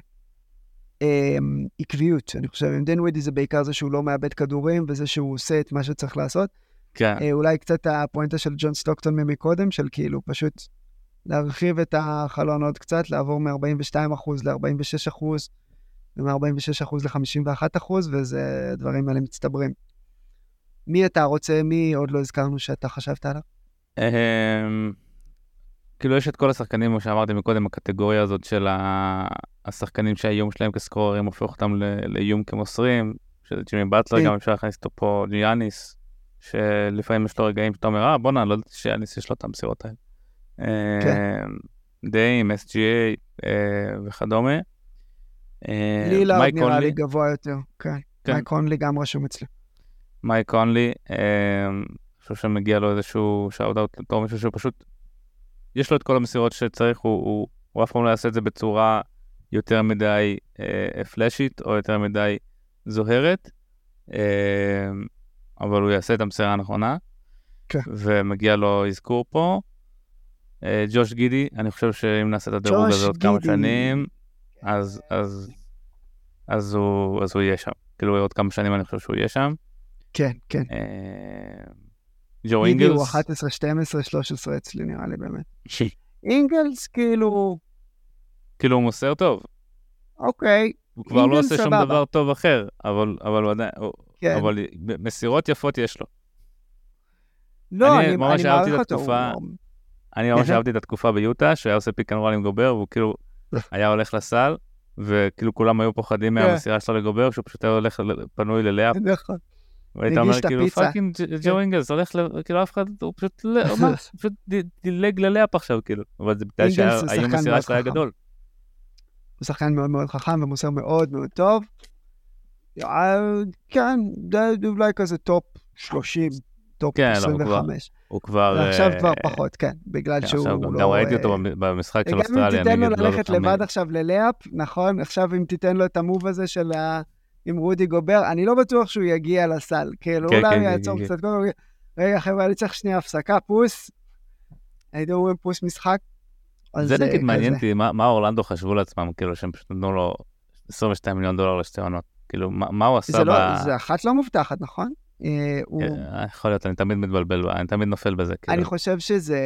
עקביות. אני חושב, עם דינווידי זה בעיקר זה שהוא לא מאבד כדורים, וזה שהוא עושה את מה שצריך לעשות. כן. אולי קצת הפואנטה של ג'ון סטוקטון ממקודם, של כאילו פשוט להרחיב את החלון עוד קצת, לעבור מ-42% ל-46%, ומ-46% ל-51%, וזה דברים האלה מצטברים. מי אתה רוצה? מי עוד לא הזכרנו שאתה חשבת עליו? כאילו יש את כל השחקנים, כמו שאמרתי מקודם, הקטגוריה הזאת של השחקנים שהאיום שלהם כסקוררים הופך אותם לאיום כמוסרים, שזה ג'ימי באטלר, גם אפשר להכניס אותו פה גיאניס, שלפעמים יש לו רגעים שאתה אומר, בוא'נה, לא יודעת שיאניס יש לו את המסירות האלה. דיים, SGA וכדומה. לילארד נראה לי גבוה יותר, כן. מייק קונלי גם רשום אצלי. מייק קונלי, אני חושב שמגיע לו איזשהו שאוט-אוט לתור מישהו שהוא פשוט, יש לו את כל המסירות שצריך, הוא אף פעם לא יעשה את זה בצורה יותר מדי פלאשית, או יותר מדי זוהרת, אבל הוא יעשה את המסירה הנכונה, ומגיע לו אזכור פה. ג'וש גידי, אני חושב שאם נעשה את הדירוג הזה עוד כמה שנים, אז הוא יהיה שם. כאילו עוד כמה שנים אני חושב שהוא יהיה שם. כן, כן. ג'ו אידי הוא אינגלס? 11, 12, 13 אצלי נראה לי באמת. אינגלס כאילו... כאילו הוא מוסר טוב. אוקיי. הוא כבר לא עושה שום סבבה. דבר טוב אחר, אבל הוא עדיין... כן. אבל מסירות יפות יש לו. לא, אני אני ממש אהבתי מעריך את אותו. התקופה, אני ממש אהבתי את התקופה ביוטה, שהוא היה עושה פיק אנד רול עם גובר, והוא כאילו היה הולך לסל, וכאילו כולם היו פוחדים מהמסירה שלו לגובר, שהוא פשוט היה הולך פנוי ללאפ. נכון. והיית אומר כאילו, פאקינג ג'ו אינגלס, הולך, כאילו אף אחד, הוא פשוט דילג ללאפ עכשיו, כאילו. אבל זה בגלל שהאיום מסירה שלו היה גדול. הוא שחקן מאוד מאוד חכם, ומוסר מאוד מאוד טוב. כן, אולי כזה טופ 30. טופ 25. הוא כבר... עכשיו כבר פחות, כן, בגלל שהוא לא... גם ראיתי אותו במשחק של אוסטרליה. גם אם תיתן לו ללכת לבד עכשיו ללאפ, נכון? עכשיו אם תיתן לו את המוב הזה של עם רודי גובר, אני לא בטוח שהוא יגיע לסל. כאילו, אולי יעצור קצת. רגע, חבר'ה, אני צריך שנייה הפסקה, פוס. הייתי אומרים פוס משחק. זה נגיד מעניין אותי, מה אורלנדו חשבו לעצמם, כאילו שהם פשוט נתנו לו $22 מיליון לשתי עונות. כאילו, מה הוא עשה זה אחת לא מובטחת, נכון? יכול להיות, אני תמיד מתבלבל, אני תמיד נופל בזה. אני חושב שזה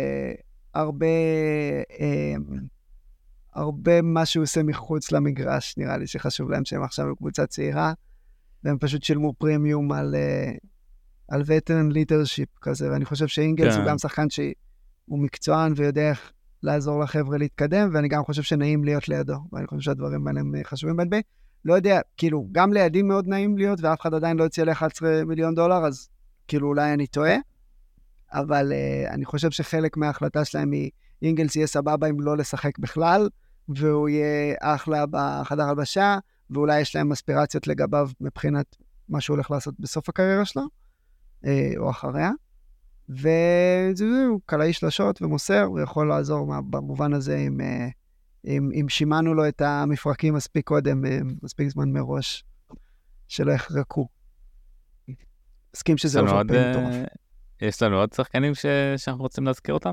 הרבה מה שהוא עושה מחוץ למגרש, נראה לי שחשוב להם שהם עכשיו בקבוצה צעירה, והם פשוט שילמו פרימיום על veteran leadership כזה, ואני חושב שאינגלס הוא גם שחקן שהוא מקצוען ויודע איך לעזור לחבר'ה להתקדם, ואני גם חושב שנעים להיות לידו, ואני חושב שהדברים האלה הם חשובים הרבה. לא יודע, כאילו, גם לידים מאוד נעים להיות, ואף אחד עדיין לא יוצא ל$11 מיליון, אז כאילו אולי אני טועה, אבל אני חושב שחלק מההחלטה שלהם היא, אינגלס יהיה סבבה אם לא לשחק בכלל, והוא יהיה אחלה בחדר הלבשה, ואולי יש להם אספירציות לגביו מבחינת מה שהוא הולך לעשות בסוף הקריירה שלו, או אחריה, והוא קלעי שלשות ומוסר, הוא יכול לעזור במובן הזה אם שימנו לו את המפרקים מספיק קודם, מספיק זמן מראש, שלא יחרקו. מסכים שזה אוברפיי מטורף. יש לנו עוד שחקנים שאנחנו רוצים להזכיר אותם?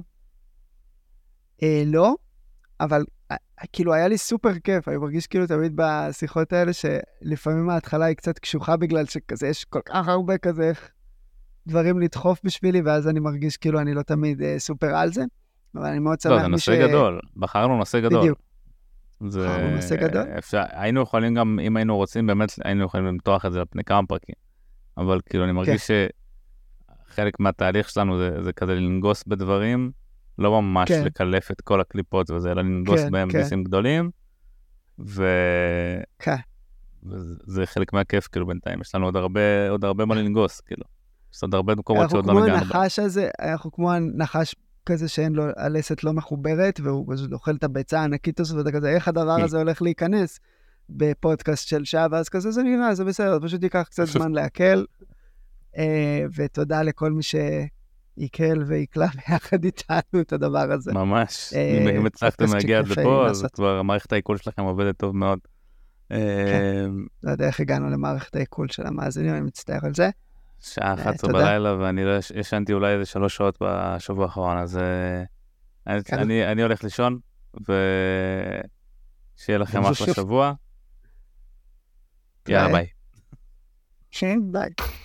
לא, אבל כאילו היה לי סופר כיף, אני מרגיש כאילו תמיד בשיחות האלה, שלפעמים ההתחלה היא קצת קשוחה, בגלל שכזה יש כל כך הרבה כזה דברים לדחוף בשבילי, ואז אני מרגיש כאילו אני לא תמיד סופר על זה, אבל אני מאוד שמח. לא, זה נושא גדול, בחרנו נושא גדול. בדיוק. בחרנו נושא גדול. היינו יכולים גם, אם היינו רוצים, באמת היינו יכולים למתוח את זה לפני כמה פרקים, אבל כאילו אני מרגיש שחלק מהתהליך שלנו זה כזה לנגוס בדברים, לא ממש לקלף את כל הקליפות וזה, אלא לנגוס בהם ביסים גדולים, וזה חלק מהכיף, כאילו בינתיים, יש לנו עוד הרבה מה לנגוס, כאילו. יש עוד הרבה מקומות שעוד לא נגענו. אנחנו כמו הנחש כזה שאין לו, הלסת לא מחוברת, והוא אוכל את הביצה הענקית הזאת, ואתה כזה, איך הדבר הזה הולך להיכנס בפודקאסט של שעה, ואז כזה זה נראה, זה בסדר, פשוט ייקח קצת זמן להקל, ותודה לכל מי שיקל ויקלה ביחד איתנו את הדבר הזה. ממש, אם הצלחתם להגיע עד לפה, אז כבר המערכת העיכול שלכם עובדת טוב מאוד. לא יודע איך הגענו למערכת העיכול של המאזינים, אני מצטער על זה. שעה 11 בלילה, ואני לא ישנתי אולי איזה 3 שעות בשבוע האחרון, אז אני הולך לישון, ושיהיה לכם אחלה שבוע. יאללה, ביי. ביי.